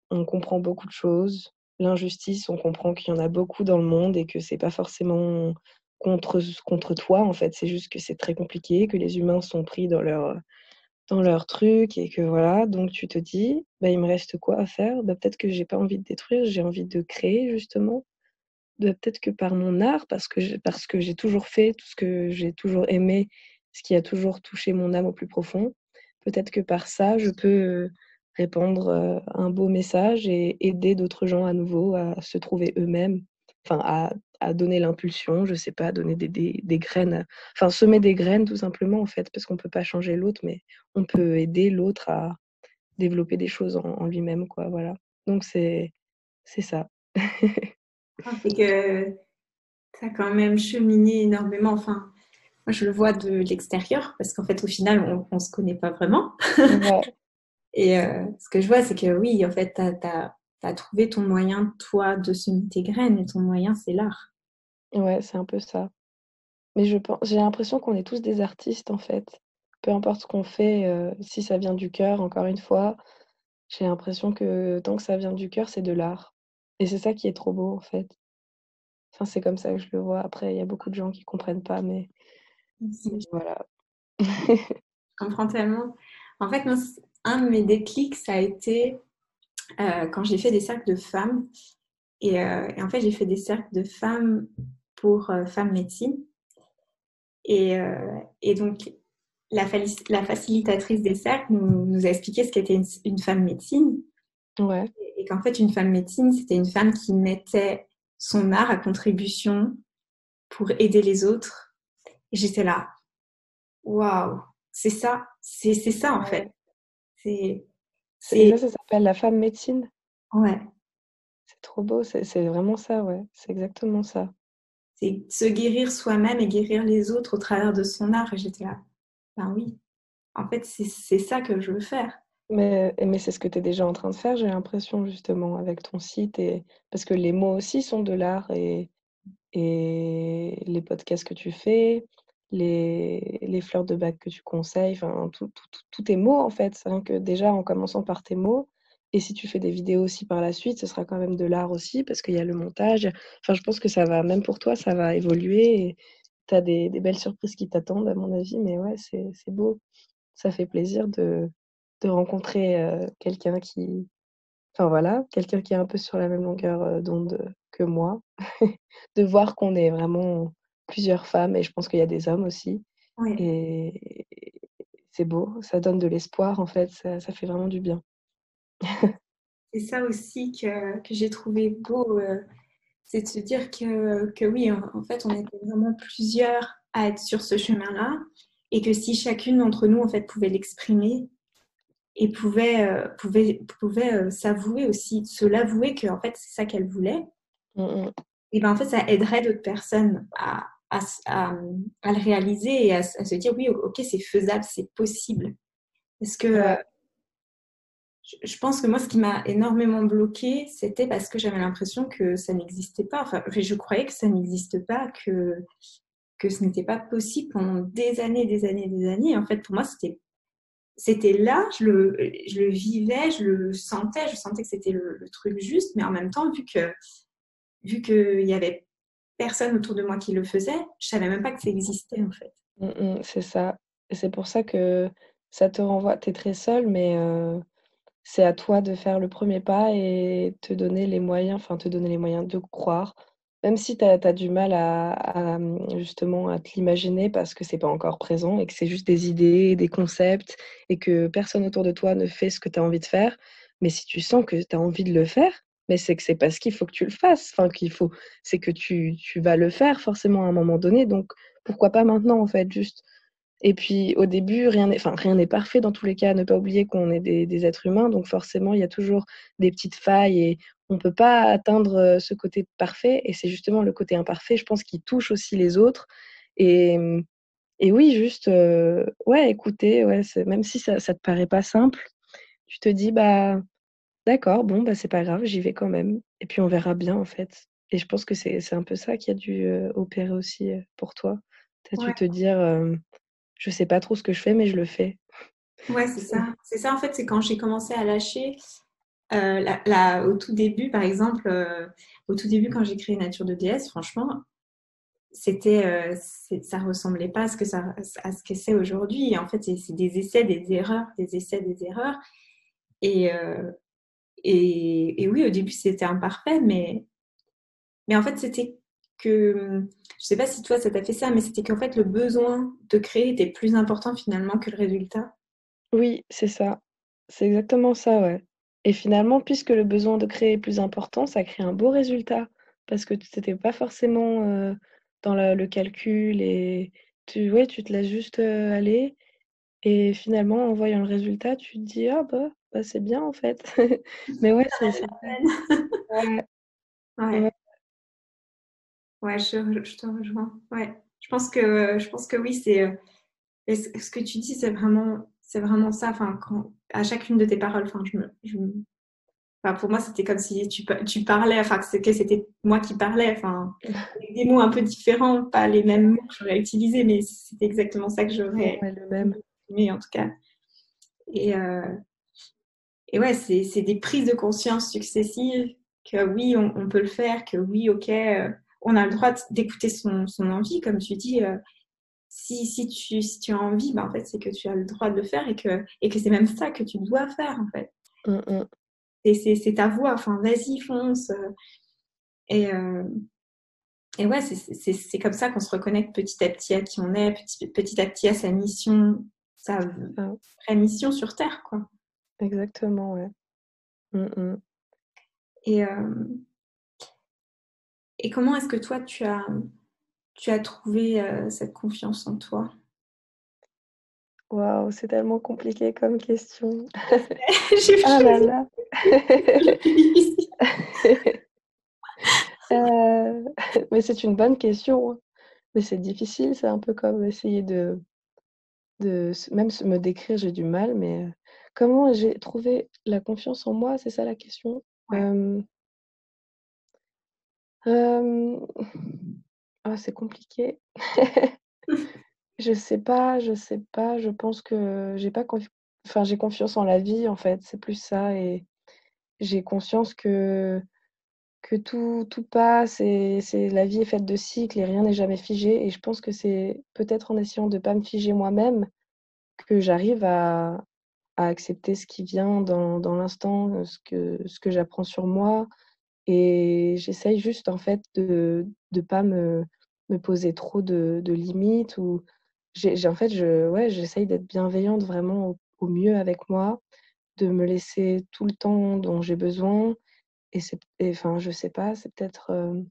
on comprend beaucoup de choses. L'injustice, on comprend qu'il y en a beaucoup dans le monde et que c'est pas forcément contre contre toi, en fait. C'est juste que c'est très compliqué, que les humains sont pris dans leur, dans leur truc et que voilà. Donc tu te dis: «Bah, il me reste quoi à faire? Bah, peut-être que j'ai pas envie de détruire, j'ai envie de créer justement». Bah, peut-être que par mon art, parce que j'ai parce que j'ai toujours fait tout ce que j'ai toujours aimé, ce qui a toujours touché mon âme au plus profond, peut-être que par ça, je peux, heu, répandre, heu, un beau message et aider d'autres gens à nouveau à se trouver eux-mêmes, enfin à à donner l'impulsion, je sais pas, donner des des des graines, à- enfin semer des graines tout simplement en fait, parce qu'on peut pas changer l'autre, mais on peut aider l'autre à développer des choses en en lui-même quoi, voilà. Donc c'est c'est ça.
Ah, c'est que tu as quand même cheminé énormément. Enfin, moi, je le vois de l'extérieur parce qu'en fait, au final, on ne se connaît pas vraiment.
Ouais.
Et euh, ce que je vois, c'est que oui, en fait, tu as trouvé ton moyen, toi, de semer tes graines. Et ton moyen, c'est l'art.
Ouais, c'est un peu ça. Mais je pen j'ai l'impression qu'on est tous des artistes, en fait. Peu importe ce qu'on fait, heu, si ça vient du cœur, encore une fois, j'ai l'impression que tant que ça vient du cœur, c'est de l'art. Et c'est ça qui est trop beau, en fait. Enfin, c'est comme ça que je le vois. Après, il y a beaucoup de gens qui comprennent pas, mais mais
Je
voilà.
comprends tellement. En fait, moi, un de mes déclics, ça a été euh, quand j'ai fait des cercles de femmes. Et, euh, et en fait, j'ai fait des cercles de femmes pour euh, femmes médecine. Et, euh, et donc, la, la, facilitatrice des cercles nous, nous, a expliqué ce qu'était une, une femme médecine.
Ouais,
Et, et qu'en fait, une femme médecine, c'était une femme qui mettait son art à contribution pour aider les autres. Et j'étais là, waouh, c'est ça, c'est ça en fait.
ouais.
C'est,
C'est et
c'est,
ça, ça s'appelle la femme médecine?
ouais,
C'est trop beau, c'est c'est vraiment ça, ouais, c'est exactement ça.
c'est se guérir soi-même et guérir les autres au travers de son art. Et j'étais là, ben oui, en fait, c'est ça que je veux faire.
Mais mais c'est ce que tu es déjà en train de faire, j'ai l'impression, justement, avec ton site et parce que les mots aussi sont de l'art et et les podcasts que tu fais, les les fleurs de bac que tu conseilles, enfin tout tout tout tous tes mots en fait. C'est rien que déjà en commençant par tes mots et si tu fais des vidéos aussi par la suite, ce sera quand même de l'art aussi parce qu'il y a le montage. Enfin je pense que ça va même pour toi, ça va évoluer et tu as des des belles surprises qui t'attendent à mon avis, mais ouais, c'est c'est beau. Ça fait plaisir de de rencontrer, heu, quelqu'un qui enfin voilà, quelqu'un qui est un peu sur la même longueur, heu, d'onde, que moi. De voir qu'on est vraiment plusieurs femmes et je pense qu'il y a des hommes aussi
Ouais.
et c'est beau, ça donne de l'espoir en fait, ça ça fait vraiment du bien.
C'est ça aussi que, que j'ai trouvé beau, euh, c'est de se dire que, que oui, en, en fait, on était vraiment plusieurs à être sur ce chemin-là et que si chacune d'entre nous, en fait, pouvait l'exprimer et pouvait, euh, pouvait, pouvait euh, s'avouer aussi, se l'avouer que, en fait, c'est ça qu'elle voulait,
Mmh mh.
et ben en fait, ça aiderait d'autres personnes à, à, à, à le réaliser et à, à, se dire, oui, ok, c'est faisable, c'est possible. Parce que euh,
Ouais.
je pense que moi, ce qui m'a énormément bloquée, c'était parce que j'avais l'impression que ça n'existait pas. Enfin, je croyais que ça n'existe pas, que, que ce n'était pas possible pendant des années, des années, des années. En fait, pour moi, c'était, c'était là, je le, je le vivais, je le sentais, je sentais que c'était le, le truc juste, mais en même temps, vu que, vu qu'il y avait personne autour de moi qui le faisait, je savais même pas que ça existait, en fait.
Mmh mh, c'est ça et c'est pour ça que ça te renvoie tu es très seule mais heu, c'est à toi de faire le premier pas et te donner les moyens enfin te donner les moyens de croire. Même si tu as tu as du mal à à, mmh, justement à te l'imaginer parce que c'est pas encore présent et que c'est juste des idées, des concepts et que personne autour de toi ne fait ce que tu as envie de faire. Mais si tu sens que tu as envie de le faire, mais c'est que c'est parce qu'il faut que tu le fasses, enfin qu'il faut c'est que tu tu vas le faire forcément à un moment donné donc pourquoi pas maintenant en fait juste? Et puis au début, rien n'est enfin rien n'est parfait dans tous les cas, ne pas oublier qu'on est des des êtres humains, donc forcément il y a toujours des petites failles et on peut pas atteindre, heu, ce côté parfait et c'est justement le côté imparfait, je pense, qui touche aussi les autres et mmh et oui, juste, heu, ouais, écouter, ouais, c'est même si ça ça te paraît pas simple, tu te dis: «Bah, d'accord, bon, bah, c'est pas grave, j'y vais quand même et puis on verra bien, en fait» et je pense que c'est c'est un peu ça qui a dû, heu, opérer aussi, heu, pour toi. Tu as dû
Ouais,
te dire, hem: «Je sais pas trop ce que je fais, mais je le fais».
ouais, c'est
C'est
ça. C'est ça, en fait, c'est quand j'ai commencé à lâcher. Euh, là, là, au tout début, par exemple, euh, au tout début, quand j'ai créé Nature de déesse, franchement, c'était, euh, c'est- ça ressemblait pas à ce que ça, à ce que c'est aujourd'hui. En fait, c'est c'est des essais, des erreurs, des essais, des erreurs. Et, euh, et, et oui, au début, c'était imparfait, mais, mais en fait, c'était que, je sais pas si toi, ça t'a fait ça, mais c'était qu'en fait, le besoin de créer était plus important finalement que le résultat.
Oui, c'est ça. C'est exactement ça, ouais. Et finalement, puisque le besoin de créer est plus important, ça crée un beau résultat. Parce que tu étais pas forcément euh, dans la- le calcul et tu, ouais, tu te laisses juste euh, aller. Et finalement, en voyant le résultat, tu te dis, ah bah, bah c'est bien en fait. Mais ouais, c'est c'est vrai. Ouais, ouais,
Ouais, ouais, je, je te rejoins. Ouais, je pense que, je pense que oui, c'est, euh, et ce ce que tu dis, c'est vraiment, c'est vraiment ça. Enfin, quand, à chacune de tes paroles, enfin, je me, je me- enfin, pour moi, c'était comme si tu, pa- tu parlais, enfin, que c'est- que c'était moi qui parlais, enfin, avec des mots un peu différents, pas les mêmes mots que j'aurais utilisés, mais c'était exactement ça que
non,
j'aurais
ouais, le même.
aimé, en tout cas. Et, euh, et ouais, c'est, c'est des prises de conscience successives que oui, on, on peut le faire, que oui, ok, euh, on a le droit d'écouter son, son envie, comme tu dis. euh, si, si, tu, si tu as envie, ben, en fait, c'est que tu as le droit de le faire et que, et que c'est même ça que tu dois faire, en fait.
Hum, hum.
Et c'est, c'est ta voix, enfin, vas-y, fonce. euh, Et, euh, et ouais, c'est, c'est, c'est comme ça qu'on se reconnecte petit à petit à qui on est, petit, petit à petit à sa mission, sa
C'est ça.
vraie mission sur Terre, quoi.
Exactement, ouais. Hum, hum.
Et, euh, et comment est-ce que toi, tu as, tu as trouvé euh, cette confiance en toi?
Waouh, c'est tellement compliqué comme question.
J'ai
Ah là
choisi
là.
le plus difficile.
Euh, mais c'est une bonne question, hein. Mais c'est difficile, c'est un peu comme essayer de, de s- même se me décrire, j'ai du mal, mais euh, comment j'ai trouvé la confiance en moi, c'est ça la question?
Ouais.
Euh, euh, Ah, c'est compliqué. Je sais pas, je sais pas, je pense que j'ai pas confi- enfin, j'ai confiance en la vie, en fait, c'est plus ça, et j'ai conscience que Que tout tout passe et c'est la vie est faite de cycles et rien n'est jamais figé, et je pense que c'est peut-être en essayant de pas me figer moi-même que j'arrive à à accepter ce qui vient dans dans l'instant, heu, ce que ce que j'apprends sur moi, et j'essaye juste en fait de de pas me me poser trop de de limites, ou j'ai j'ai en fait je ouais, j'essaye d'être bienveillante vraiment au au mieux avec moi, de me laisser tout le temps dont j'ai besoin, et c'est et enfin je sais pas, c'est peut-être, hem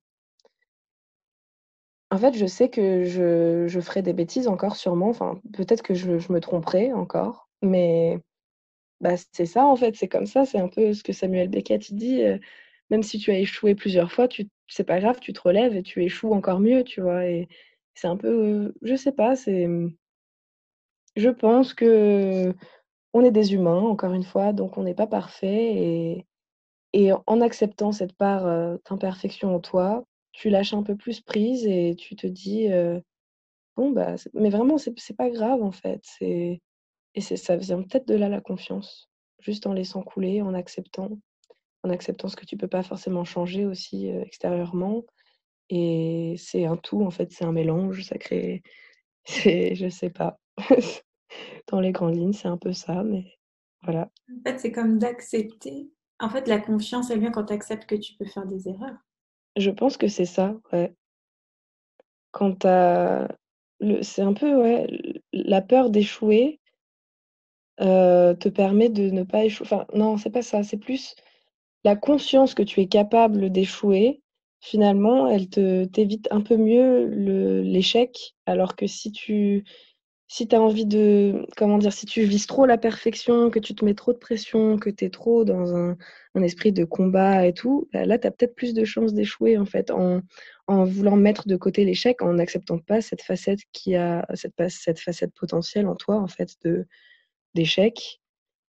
en fait, je sais que je je ferai des bêtises encore sûrement, enfin, peut-être que je je me tromperai encore, mais bah, c'est ça en fait, c'est comme ça, c'est un peu ce que Samuel Beckett il dit, heu: «Même si tu as échoué plusieurs fois, tu c'est pas grave, tu te relèves et tu échoues encore mieux», tu vois? Et c'est un peu, heu, je sais pas, c'est, mmh, je pense qu'on est des humains, encore une fois, donc on n'est pas parfait, et et en acceptant cette part, heu, d'imperfection en toi, tu lâches un peu plus prise et tu te dis, heu bon, bah, c'est mais vraiment, c'est c'est pas grave, en fait, c'est et c'est ça vient peut-être de là, la confiance. Juste en laissant couler, en acceptant en acceptant ce que tu peux pas forcément changer aussi, heu, extérieurement, et c'est un tout, en fait, c'est un mélange, ça crée c'est je sais pas. Dans les grandes lignes, c'est un peu ça, mais voilà.
En fait, c'est comme d'accepter. En fait, la confiance, elle vient quand tu acceptes que tu peux faire des erreurs.
Je pense que c'est ça, ouais. Quand tu le c'est un peu, ouais, l la peur d'échouer, heu, te permet de ne pas échouer, enfin, non, c'est pas ça, c'est plus la conscience que tu es capable d'échouer, finalement, elle te t'évite un peu mieux le l'échec, alors que si tu si tu as envie de comment dire? Si tu vises trop la perfection, que tu te mets trop de pression, que tu es trop dans un un esprit de combat et tout, bah, là, tu as peut-être plus de chances d'échouer, en fait, en en voulant mettre de côté l'échec, en n'acceptant pas cette facette qui a cette pas cette facette potentielle en toi, en fait, de d'échec.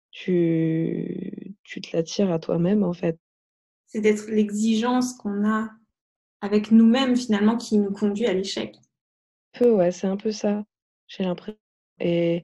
Tu tu te l'attires à toi-même, en fait.
C'est d'être l'exigence qu'on a avec nous-mêmes, finalement, qui nous conduit à l'échec.
Peu, ouais, c'est un peu ça, j'ai l'impression, et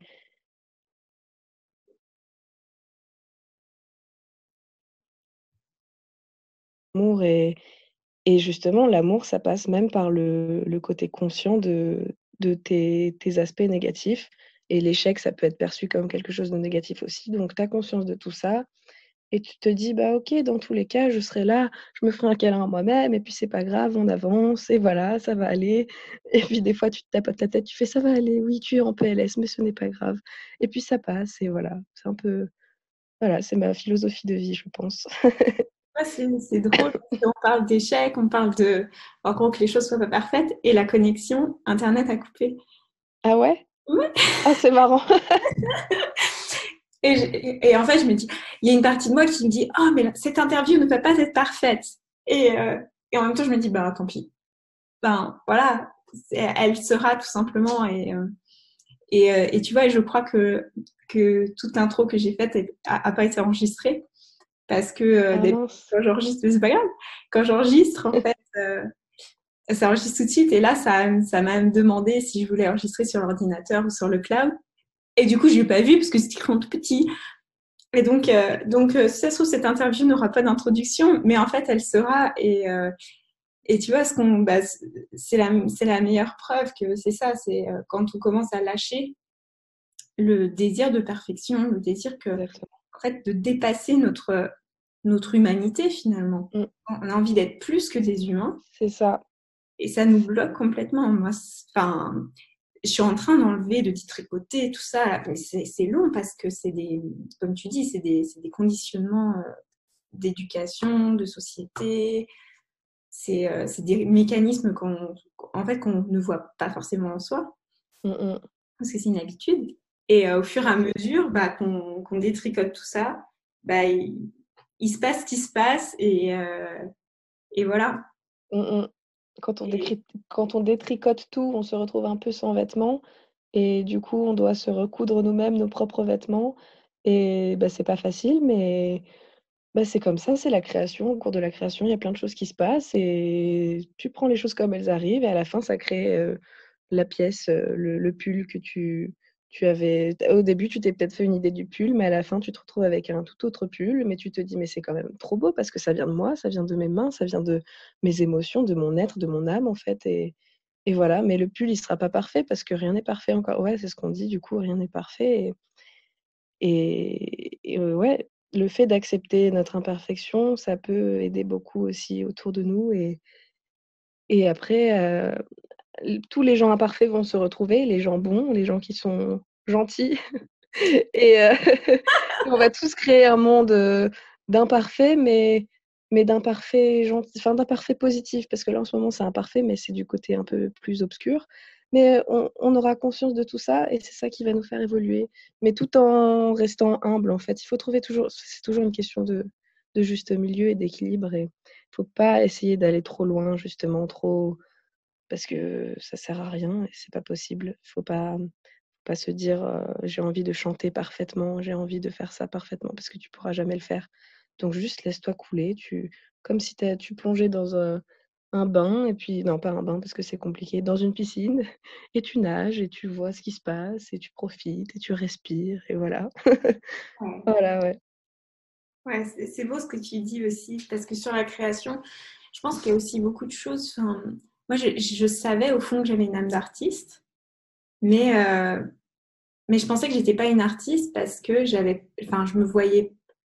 l'amour et et justement l'amour, ça passe même par le le côté conscient de de tes tes aspects négatifs et l'échec, ça peut être perçu comme quelque chose de négatif aussi, donc tu as conscience de tout ça et tu te dis: «Bah, OK, dans tous les cas, je serai là, je me ferai un câlin à moi-même et puis c'est pas grave, on avance et voilà, ça va aller» et puis des fois, tu te tapes ta tête, tu fais: «Ça va aller, oui, tu es en P L S, mais ce n'est pas grave» et puis ça passe et voilà. C'est un peu voilà, c'est ma philosophie de vie, je pense.
Ouais, c'est c'est drôle parce qu'on parle d'échecs, on parle de en gros que les choses soient pas parfaites et la connexion internet a coupé.
Ah ouais?
Ouais.
Ah, c'est marrant.
Et, je- et en fait, je me dis, il y a une partie de moi qui me dit, oh, mais cette interview ne peut pas être parfaite. Et, euh, et en même temps, je me dis, bah, tant pis. Ben, voilà, c'est- elle sera tout simplement. Et, euh, et, euh, et tu vois, je crois que, que toute l'intro que j'ai faite a, a pas été enregistrée parce que euh,
Ah
d'habitude,
mince.
quand j'enregistre, mais c'est pas grave. Quand j'enregistre, en fait, euh, ça enregistre tout de suite. Et là, ça, ça m'a même demandé si je voulais enregistrer sur l'ordinateur ou sur le cloud. Et du coup, je l'ai pas vu parce que c'était écrit tout petit. Et donc, euh, donc euh, si ça se trouve, cette interview n'aura pas d'introduction, mais en fait, elle sera. Et, euh, et tu vois, ce qu'on, bah, c'est la, c'est la meilleure preuve que c'est ça. C'est euh, quand on commence à lâcher le désir de perfection, le désir que,
Exactement.
en fait, de dépasser notre notre humanité finalement.
Mmh.
On a envie d'être plus que des humains,
C'est ça.
et ça nous bloque complètement. Moi, enfin, je suis en train d'enlever, de détricoter tout ça. Mais c'est, c'est long parce que c'est des, comme tu dis, c'est des, c'est des conditionnements euh, d'éducation, de société. C'est, euh, c'est des mécanismes qu'on, en fait, qu'on ne voit pas forcément en soi
Mmh mh.
parce que c'est une habitude. Et euh, au fur et à mesure bah, qu'on, qu'on détricote tout ça, bah, il, il se passe ce qui se passe et, euh, et voilà.
Mmh mh. Quand on
Et,
décrit quand on détricote tout, on se retrouve un peu sans vêtements et du coup, on doit se recoudre nous-mêmes nos propres vêtements et bah, c'est pas facile mais bah, c'est comme ça, c'est la création. Au cours de la création, il y a plein de choses qui se passent et tu prends les choses comme elles arrivent et à la fin, ça crée, heu, la pièce, heu, le le pull que tu tu avais au début, tu t'es peut-être fait une idée du pull, mais à la fin, tu te retrouves avec un tout autre pull, mais tu te dis: «Mais c'est quand même trop beau parce que ça vient de moi, ça vient de mes mains, ça vient de mes émotions, de mon être, de mon âme, en fait» et et voilà. Mais le pull, il sera pas parfait parce que rien n'est parfait encore. Ouais, c'est ce qu'on dit, du coup, rien n'est parfait et et heu, ouais, le fait d'accepter notre imperfection, ça peut aider beaucoup aussi autour de nous et et après, heu, l tous les gens imparfaits vont se retrouver, les gens bons, les gens qui sont gentils et heu, et on va tous créer un monde, heu, d'imparfaits, mais mais d'imparfaits gentils, enfin d'imparfaits positifs, parce que là, en ce moment, c'est imparfait, mais c'est du côté un peu plus obscur. Mais on on aura conscience de tout ça et c'est ça qui va nous faire évoluer, mais tout en restant humble, en fait. Il faut trouver toujours c'est toujours une question de de juste milieu et d'équilibre et faut pas essayer d'aller trop loin, justement, trop parce que ça sert à rien et c'est pas possible. Faut pas pas se dire, heu: «J'ai envie de chanter parfaitement, j'ai envie de faire ça parfaitement», parce que tu pourras jamais le faire. Donc juste laisse-toi couler, tu comme si tu tu plongeais dans un un bain et puis non, pas un bain parce que c'est compliqué, dans une piscine et tu nages et tu vois ce qui se passe et tu profites et tu respires et voilà.
ouais.
Voilà, ouais.
Ouais, c'est c'est beau ce que tu dis aussi, parce que sur la création, je pense qu'il y a aussi beaucoup de choses. Enfin, moi, je, je savais au fond que j'avais une âme d'artiste, mais, euh, mais je pensais que j'étais pas une artiste parce que j'avais, enfin, je me voyais,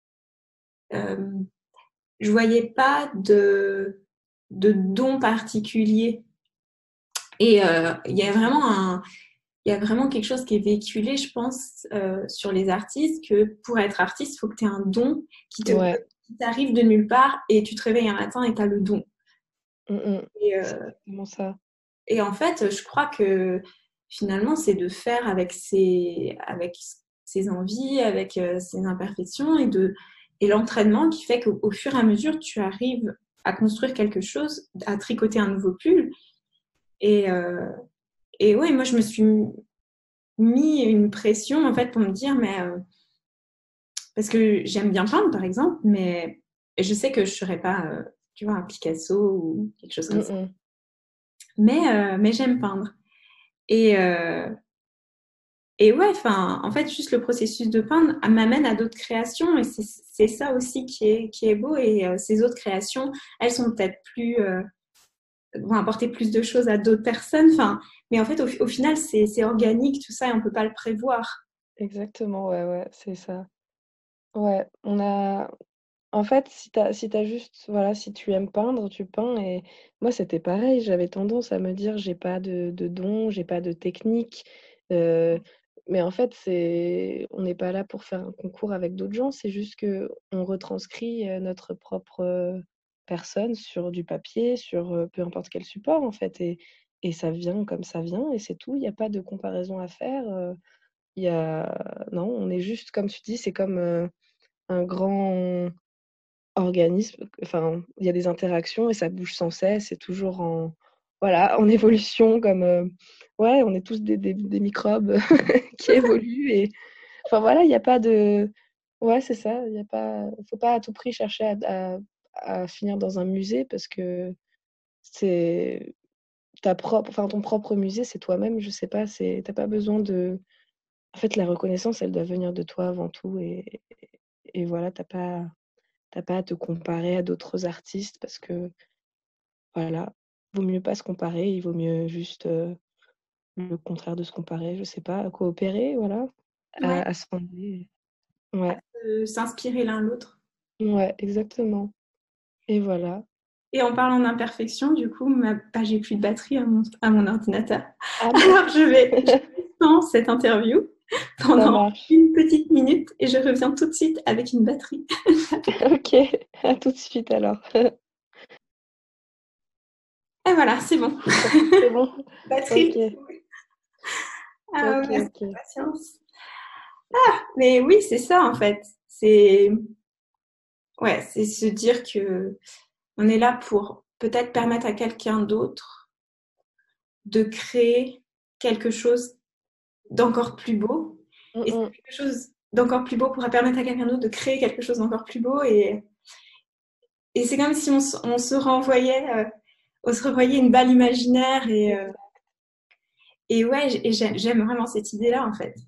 euh, je voyais pas de, de don particulier. Et euh, il y a vraiment un, il y a vraiment quelque chose qui est véhiculé, je pense, euh, sur les artistes, que pour être artiste, il faut que tu aies un don qui te,
Ouais.
qui t'arrive de nulle part et tu te réveilles un matin et tu as le don.
Mmh mh.
Et,
C'est
euh,
exactement ça.
et en fait, je crois que finalement, c'est de faire avec ses, avec ses envies, avec euh, ses imperfections et, de, et l'entraînement qui fait qu'au au fur et à mesure, tu arrives à construire quelque chose, à tricoter un nouveau pull. Et, euh, et ouais, moi, je me suis mis une pression en fait pour me dire, mais euh, parce que j'aime bien peindre, par exemple, mais je sais que je ne serais pas, euh, tu vois, un Picasso ou quelque chose comme
Mmh
ça.
mh.
Mais, euh, mais j'aime peindre. Et, euh, et ouais, enfin, en fait, juste le processus de peindre m'amène à d'autres créations et c'est, c'est ça aussi qui est, qui est beau. Et euh, ces autres créations, elles sont peut-être plus, euh, vont apporter plus de choses à d'autres personnes. Enfin, mais en fait, au, au final, c'est, c'est organique, tout ça, et on peut pas le prévoir.
Exactement, ouais, ouais, c'est ça. Ouais, on a en fait, si t'as si t'as juste voilà, si tu aimes peindre, tu peins et moi, c'était pareil, j'avais tendance à me dire: «J'ai pas de de don, j'ai pas de technique», heu, mais en fait, c'est on n'est pas là pour faire un concours avec d'autres gens, c'est juste qu'on retranscrit, heu, notre propre, heu, personne sur du papier, sur, heu, peu importe quel support, en fait et et ça vient comme ça vient et c'est tout. Il y a pas de comparaison à faire, heu, il y a non, on est juste comme tu dis, c'est comme, heu, un grand organisme, enfin, il y a des interactions et ça bouge sans cesse, c'est toujours en voilà, en évolution comme, heu, ouais, on est tous des des des microbes qui évoluent et enfin voilà, il y a pas de ouais, c'est ça, il y a pas faut pas à tout prix chercher à à à finir dans un musée parce que c'est ta propre enfin, ton propre musée, c'est toi-même, je sais pas, c'est tu as pas besoin de en fait, la reconnaissance, elle doit venir de toi avant tout et et voilà, tu as pas tu as pas à te comparer à d'autres artistes parce que voilà, vaut mieux pas se comparer, il vaut mieux juste, heu, le contraire de se comparer, je sais pas, coopérer, voilà,
Ouais,
à assembler. Ouais,
de s'inspirer l'un l'autre.
ouais, exactement et voilà.
Et en parlant d'imperfection, du coup, ma, bah, j'ai plus de batterie à mon, à mon ordinateur.
Ah
Alors,
mince,
je vais, je suspends cette interview
ça
pendant
marche.
une petite minute et je reviens tout de suite avec une batterie.
OK, à tout de suite alors.
Et voilà, c'est bon.
C'est bon?
Batterie
OK,
retrouvée. Ah,
OK,
merci de
OK.
la patience. Mais oui, c'est ça en fait. C'est ouais, c'est se dire que on est là pour peut-être permettre à quelqu'un d'autre de créer quelque chose d'encore plus beau.
Mmh
Et
mh.
quelque chose d'encore plus beau pourra permettre à quelqu'un d'autre de créer quelque chose d'encore plus beau. Et, et c'est comme si on, on se renvoyait, euh, on se renvoyait une balle imaginaire. Et, euh,
Exact.
et ouais, et j'aime, j'aime vraiment cette idée-là, en fait.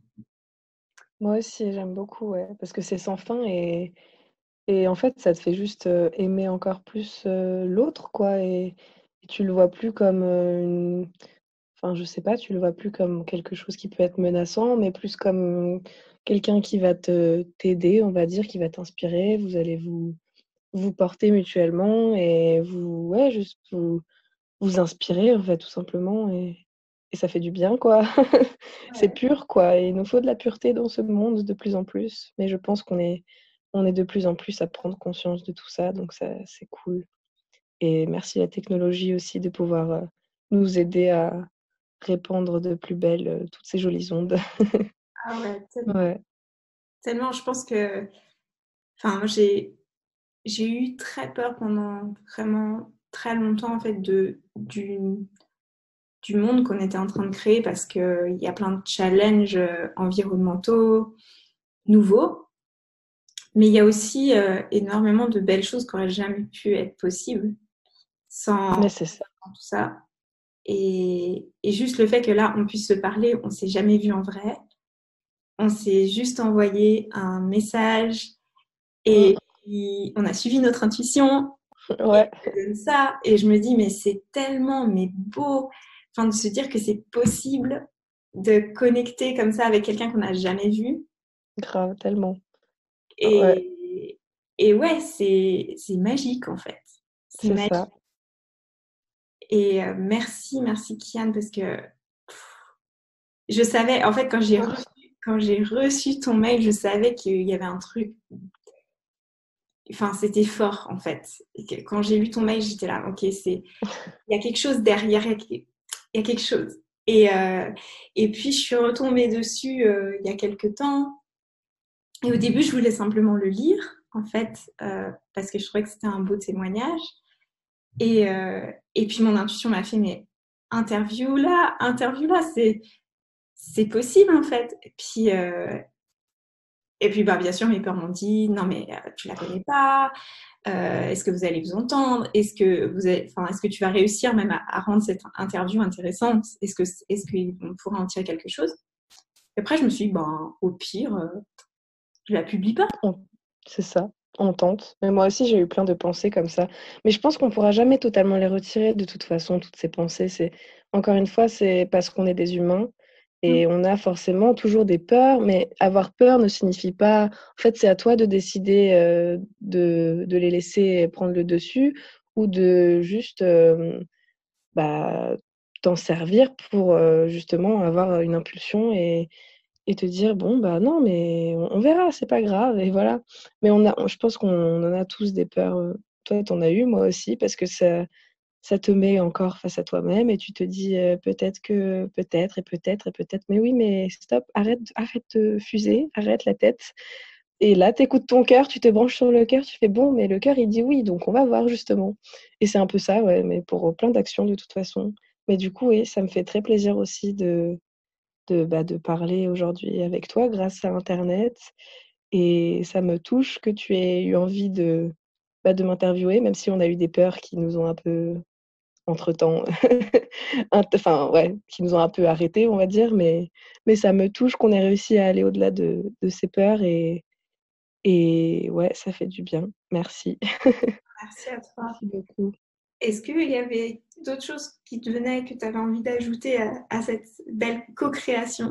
Moi aussi, j'aime beaucoup, ouais, parce que c'est sans fin et et en fait, ça te fait juste, heu, aimer encore plus, heu, l'autre, quoi et et tu le vois plus comme, heu, une enfin, je sais pas, tu le vois plus comme quelque chose qui peut être menaçant, mais plus comme quelqu'un qui va te t'aider, on va dire, qui va t'inspirer. Vous allez vous vous porter mutuellement et vous ouais, juste vous vous inspirer, en fait, tout simplement et et ça fait du bien, quoi. C'est
Ouais.
pur, quoi et il nous faut de la pureté dans ce monde de plus en plus, mais je pense qu'on est on est de plus en plus à prendre conscience de tout ça, donc ça, c'est cool et merci la technologie aussi de pouvoir, heu, nous aider à répandre de plus belle, heu, toutes ces jolies ondes.
Ah ouais, tellement.
Ouais.
Tellement, je pense que, enfin, moi, j'ai, j'ai eu très peur pendant vraiment très longtemps, en fait, de, du, du monde qu'on était en train de créer parce qu'il y a plein de challenges euh, environnementaux nouveaux. Mais il y a aussi euh, énormément de belles choses qui n'auraient jamais pu être possibles
Mais
sans,
c'est ça.
sans tout ça. Et, et juste le fait que là, on puisse se parler, on s'est jamais vu en vrai. On s'est juste envoyé un message
Mmh.
et puis on a suivi notre intuition et
Ouais,
ça donne ça. Et je me dis, mais c'est tellement mais beau, enfin, de se dire que c'est possible de connecter comme ça avec quelqu'un qu'on n'a jamais vu.
grave, tellement. Ouais,
Et, et ouais, c'est, c'est magique en fait. C'est
c'est
magique.
ça.
Et euh, merci, merci Kian, parce que je savais, en fait, quand j'ai reçu, quand j'ai reçu ton mail, je savais qu'il y avait un truc, enfin, c'était fort en fait. Et que quand j'ai lu ton mail, j'étais là, ok, c'est, il y a quelque chose derrière, il y a quelque chose. Et, euh, et puis, je suis retombée dessus euh, il y a quelques temps. Et au début, je voulais simplement le lire, en fait, euh, parce que je trouvais que c'était un beau témoignage. Et, euh, et puis mon intuition m'a fait, mais interview là, interview là, c'est, c'est possible en fait. Et puis, euh, et puis bah, bien sûr, mes peurs m'ont dit, non mais euh, tu la connais pas, euh, est-ce que vous allez vous entendre, est-ce que, vous allez, enfin, est-ce que tu vas réussir même à, à rendre cette interview intéressante, est-ce que, est-ce qu'on pourra en tirer quelque chose. Et après, je me suis dit, ben, au pire, euh, je la publie pas.
On c'est ça, on tente. Mais moi aussi, j'ai eu plein de pensées comme ça. Mais je pense qu'on pourra jamais totalement les retirer de toute façon, toutes ces pensées. C'est encore une fois, c'est parce qu'on est des humains
Mm.
et on a forcément toujours des peurs, mais avoir peur ne signifie pas en fait, c'est à toi de décider, heu, de de les laisser prendre le dessus ou de juste, hem, bah, t'en servir pour, heu, justement avoir une impulsion et et te dire: «Bon, bah, non, mais on on verra, c'est pas grave» et voilà. Mais on a on je pense qu'on en a tous des peurs, heu, toi, tu en as eu, moi aussi, parce que ça ça te met encore face à toi-même et tu te dis, heu: «Peut-être que peut-être et peut-être et peut-être». Mais oui, mais stop, arrête arrête de fuser, arrête la tête et là, tu écoutes ton cœur, tu te branches sur le cœur, tu fais: «Bon, mais le cœur, il dit oui, donc on va voir justement» et c'est un peu ça, ouais, mais pour, heu, plein d'actions de toute façon. Mais du coup, oui, ça me fait très plaisir aussi de de, bah, de parler aujourd'hui avec toi grâce à internet et ça me touche que tu aies eu envie de, bah, de m'interviewer, même si on a eu des peurs qui nous ont un peu entre-temps int enfin, ouais, qui nous ont un peu arrêtés, on va dire, mais mais ça me touche qu'on ait réussi à aller au-delà de de ces peurs et et ouais, ça fait du bien. Merci.
Merci à toi.
Merci beaucoup.
Est-ce qu'il y avait d'autres choses qui te venaient que tu avais envie d'ajouter à, à cette belle co-création?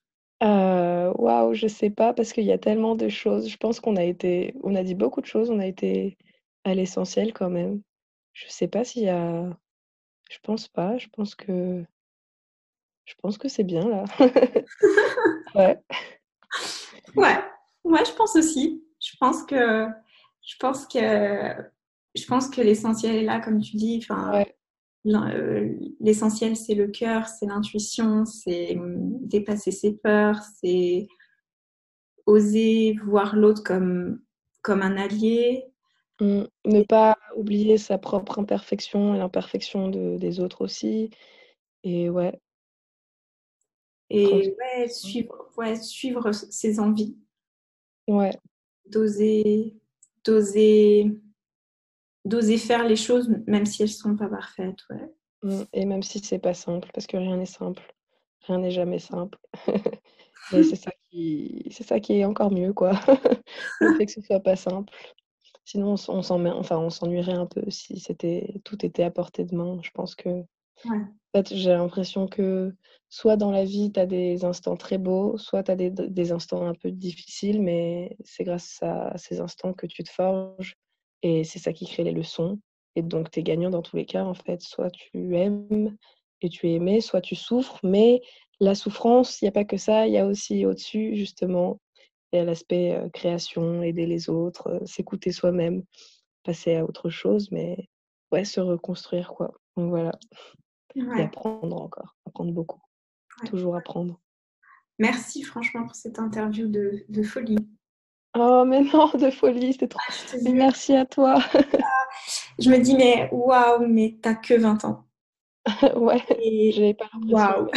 Heu, waouh, je sais pas parce qu'il y a tellement de choses. Je pense qu'on a été on a dit beaucoup de choses, on a été à l'essentiel quand même. Je sais pas s'il y a je pense pas, je pense que je pense que c'est bien là. Ouais,
Ouais, moi je pense aussi. Je pense que je pense que je pense que l'essentiel est là, comme tu dis. Enfin,
ouais,
l'in- euh, l'essentiel c'est le cœur, c'est l'intuition, c'est hum, dépasser ses peurs, c'est oser voir l'autre comme comme un allié.
mmh, ne pas oublier sa propre imperfection et l'imperfection de des autres aussi et ouais, prendre
Et
soin de
ouais,
soi.
suivre, ouais, suivre ses envies,
Ouais,
d'oser, d'oser, d'oser faire les choses, même si elles sont pas parfaites, ouais.
mmh et même si c'est pas simple, parce que rien n'est simple, rien n'est jamais simple. Mais c'est ça qui c'est ça qui est encore mieux quoi, le fait que ce soit pas simple. Sinon on s on s'emmer enfin on s'ennuierait un peu si c'était tout était à portée de main. Je pense que en
Ouais,
fait, j'ai l'impression que soit dans la vie, tu as des instants très beaux, soit tu as des d des instants un peu difficiles, mais c'est grâce à ces instants que tu te forges et c'est ça qui crée les leçons et donc tu es gagnant dans tous les cas, en fait. Soit tu aimes et tu es aimé, soit tu souffres, mais la souffrance, il y a pas que ça, il y a aussi au-dessus justement, il y a l'aspect, heu, création, aider les autres, heu, s'écouter soi-même, passer à autre chose, mais ouais, se reconstruire quoi. Donc voilà. Et
ouais,
apprendre encore, apprendre beaucoup,
ouais.
toujours apprendre.
Merci franchement pour cette interview de, de folie.
Oh mais non, de folie, c'était trop
Ah, je te
mais
jure.
merci à toi.
Je me dis, mais waouh, mais t'as que vingt ans.
Ouais,
Et
j'avais pas l'impression,
waouh.
mais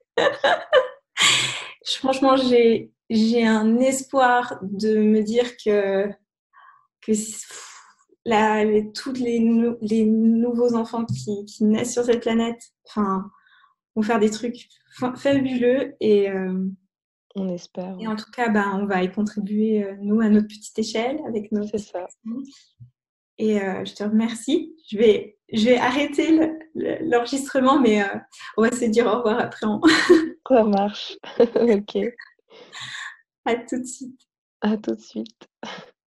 Franchement, j'ai, j'ai un espoir de me dire que, que là, les, tous les, nou- les nouveaux enfants qui, qui naissent sur cette planète, enfin, vont faire des trucs fa- fabuleux et, euh,
on espère,
et
ouais.
en tout cas, bah, on va y contribuer, euh, nous, à notre petite échelle, avec nos
C'est
petites
ça,
actions. Et euh, je te remercie. Je vais, je vais arrêter le- le- l'enregistrement, mais euh, on va se dire au revoir après. On-
ça marche. OK,
À tout de suite.
à tout de suite.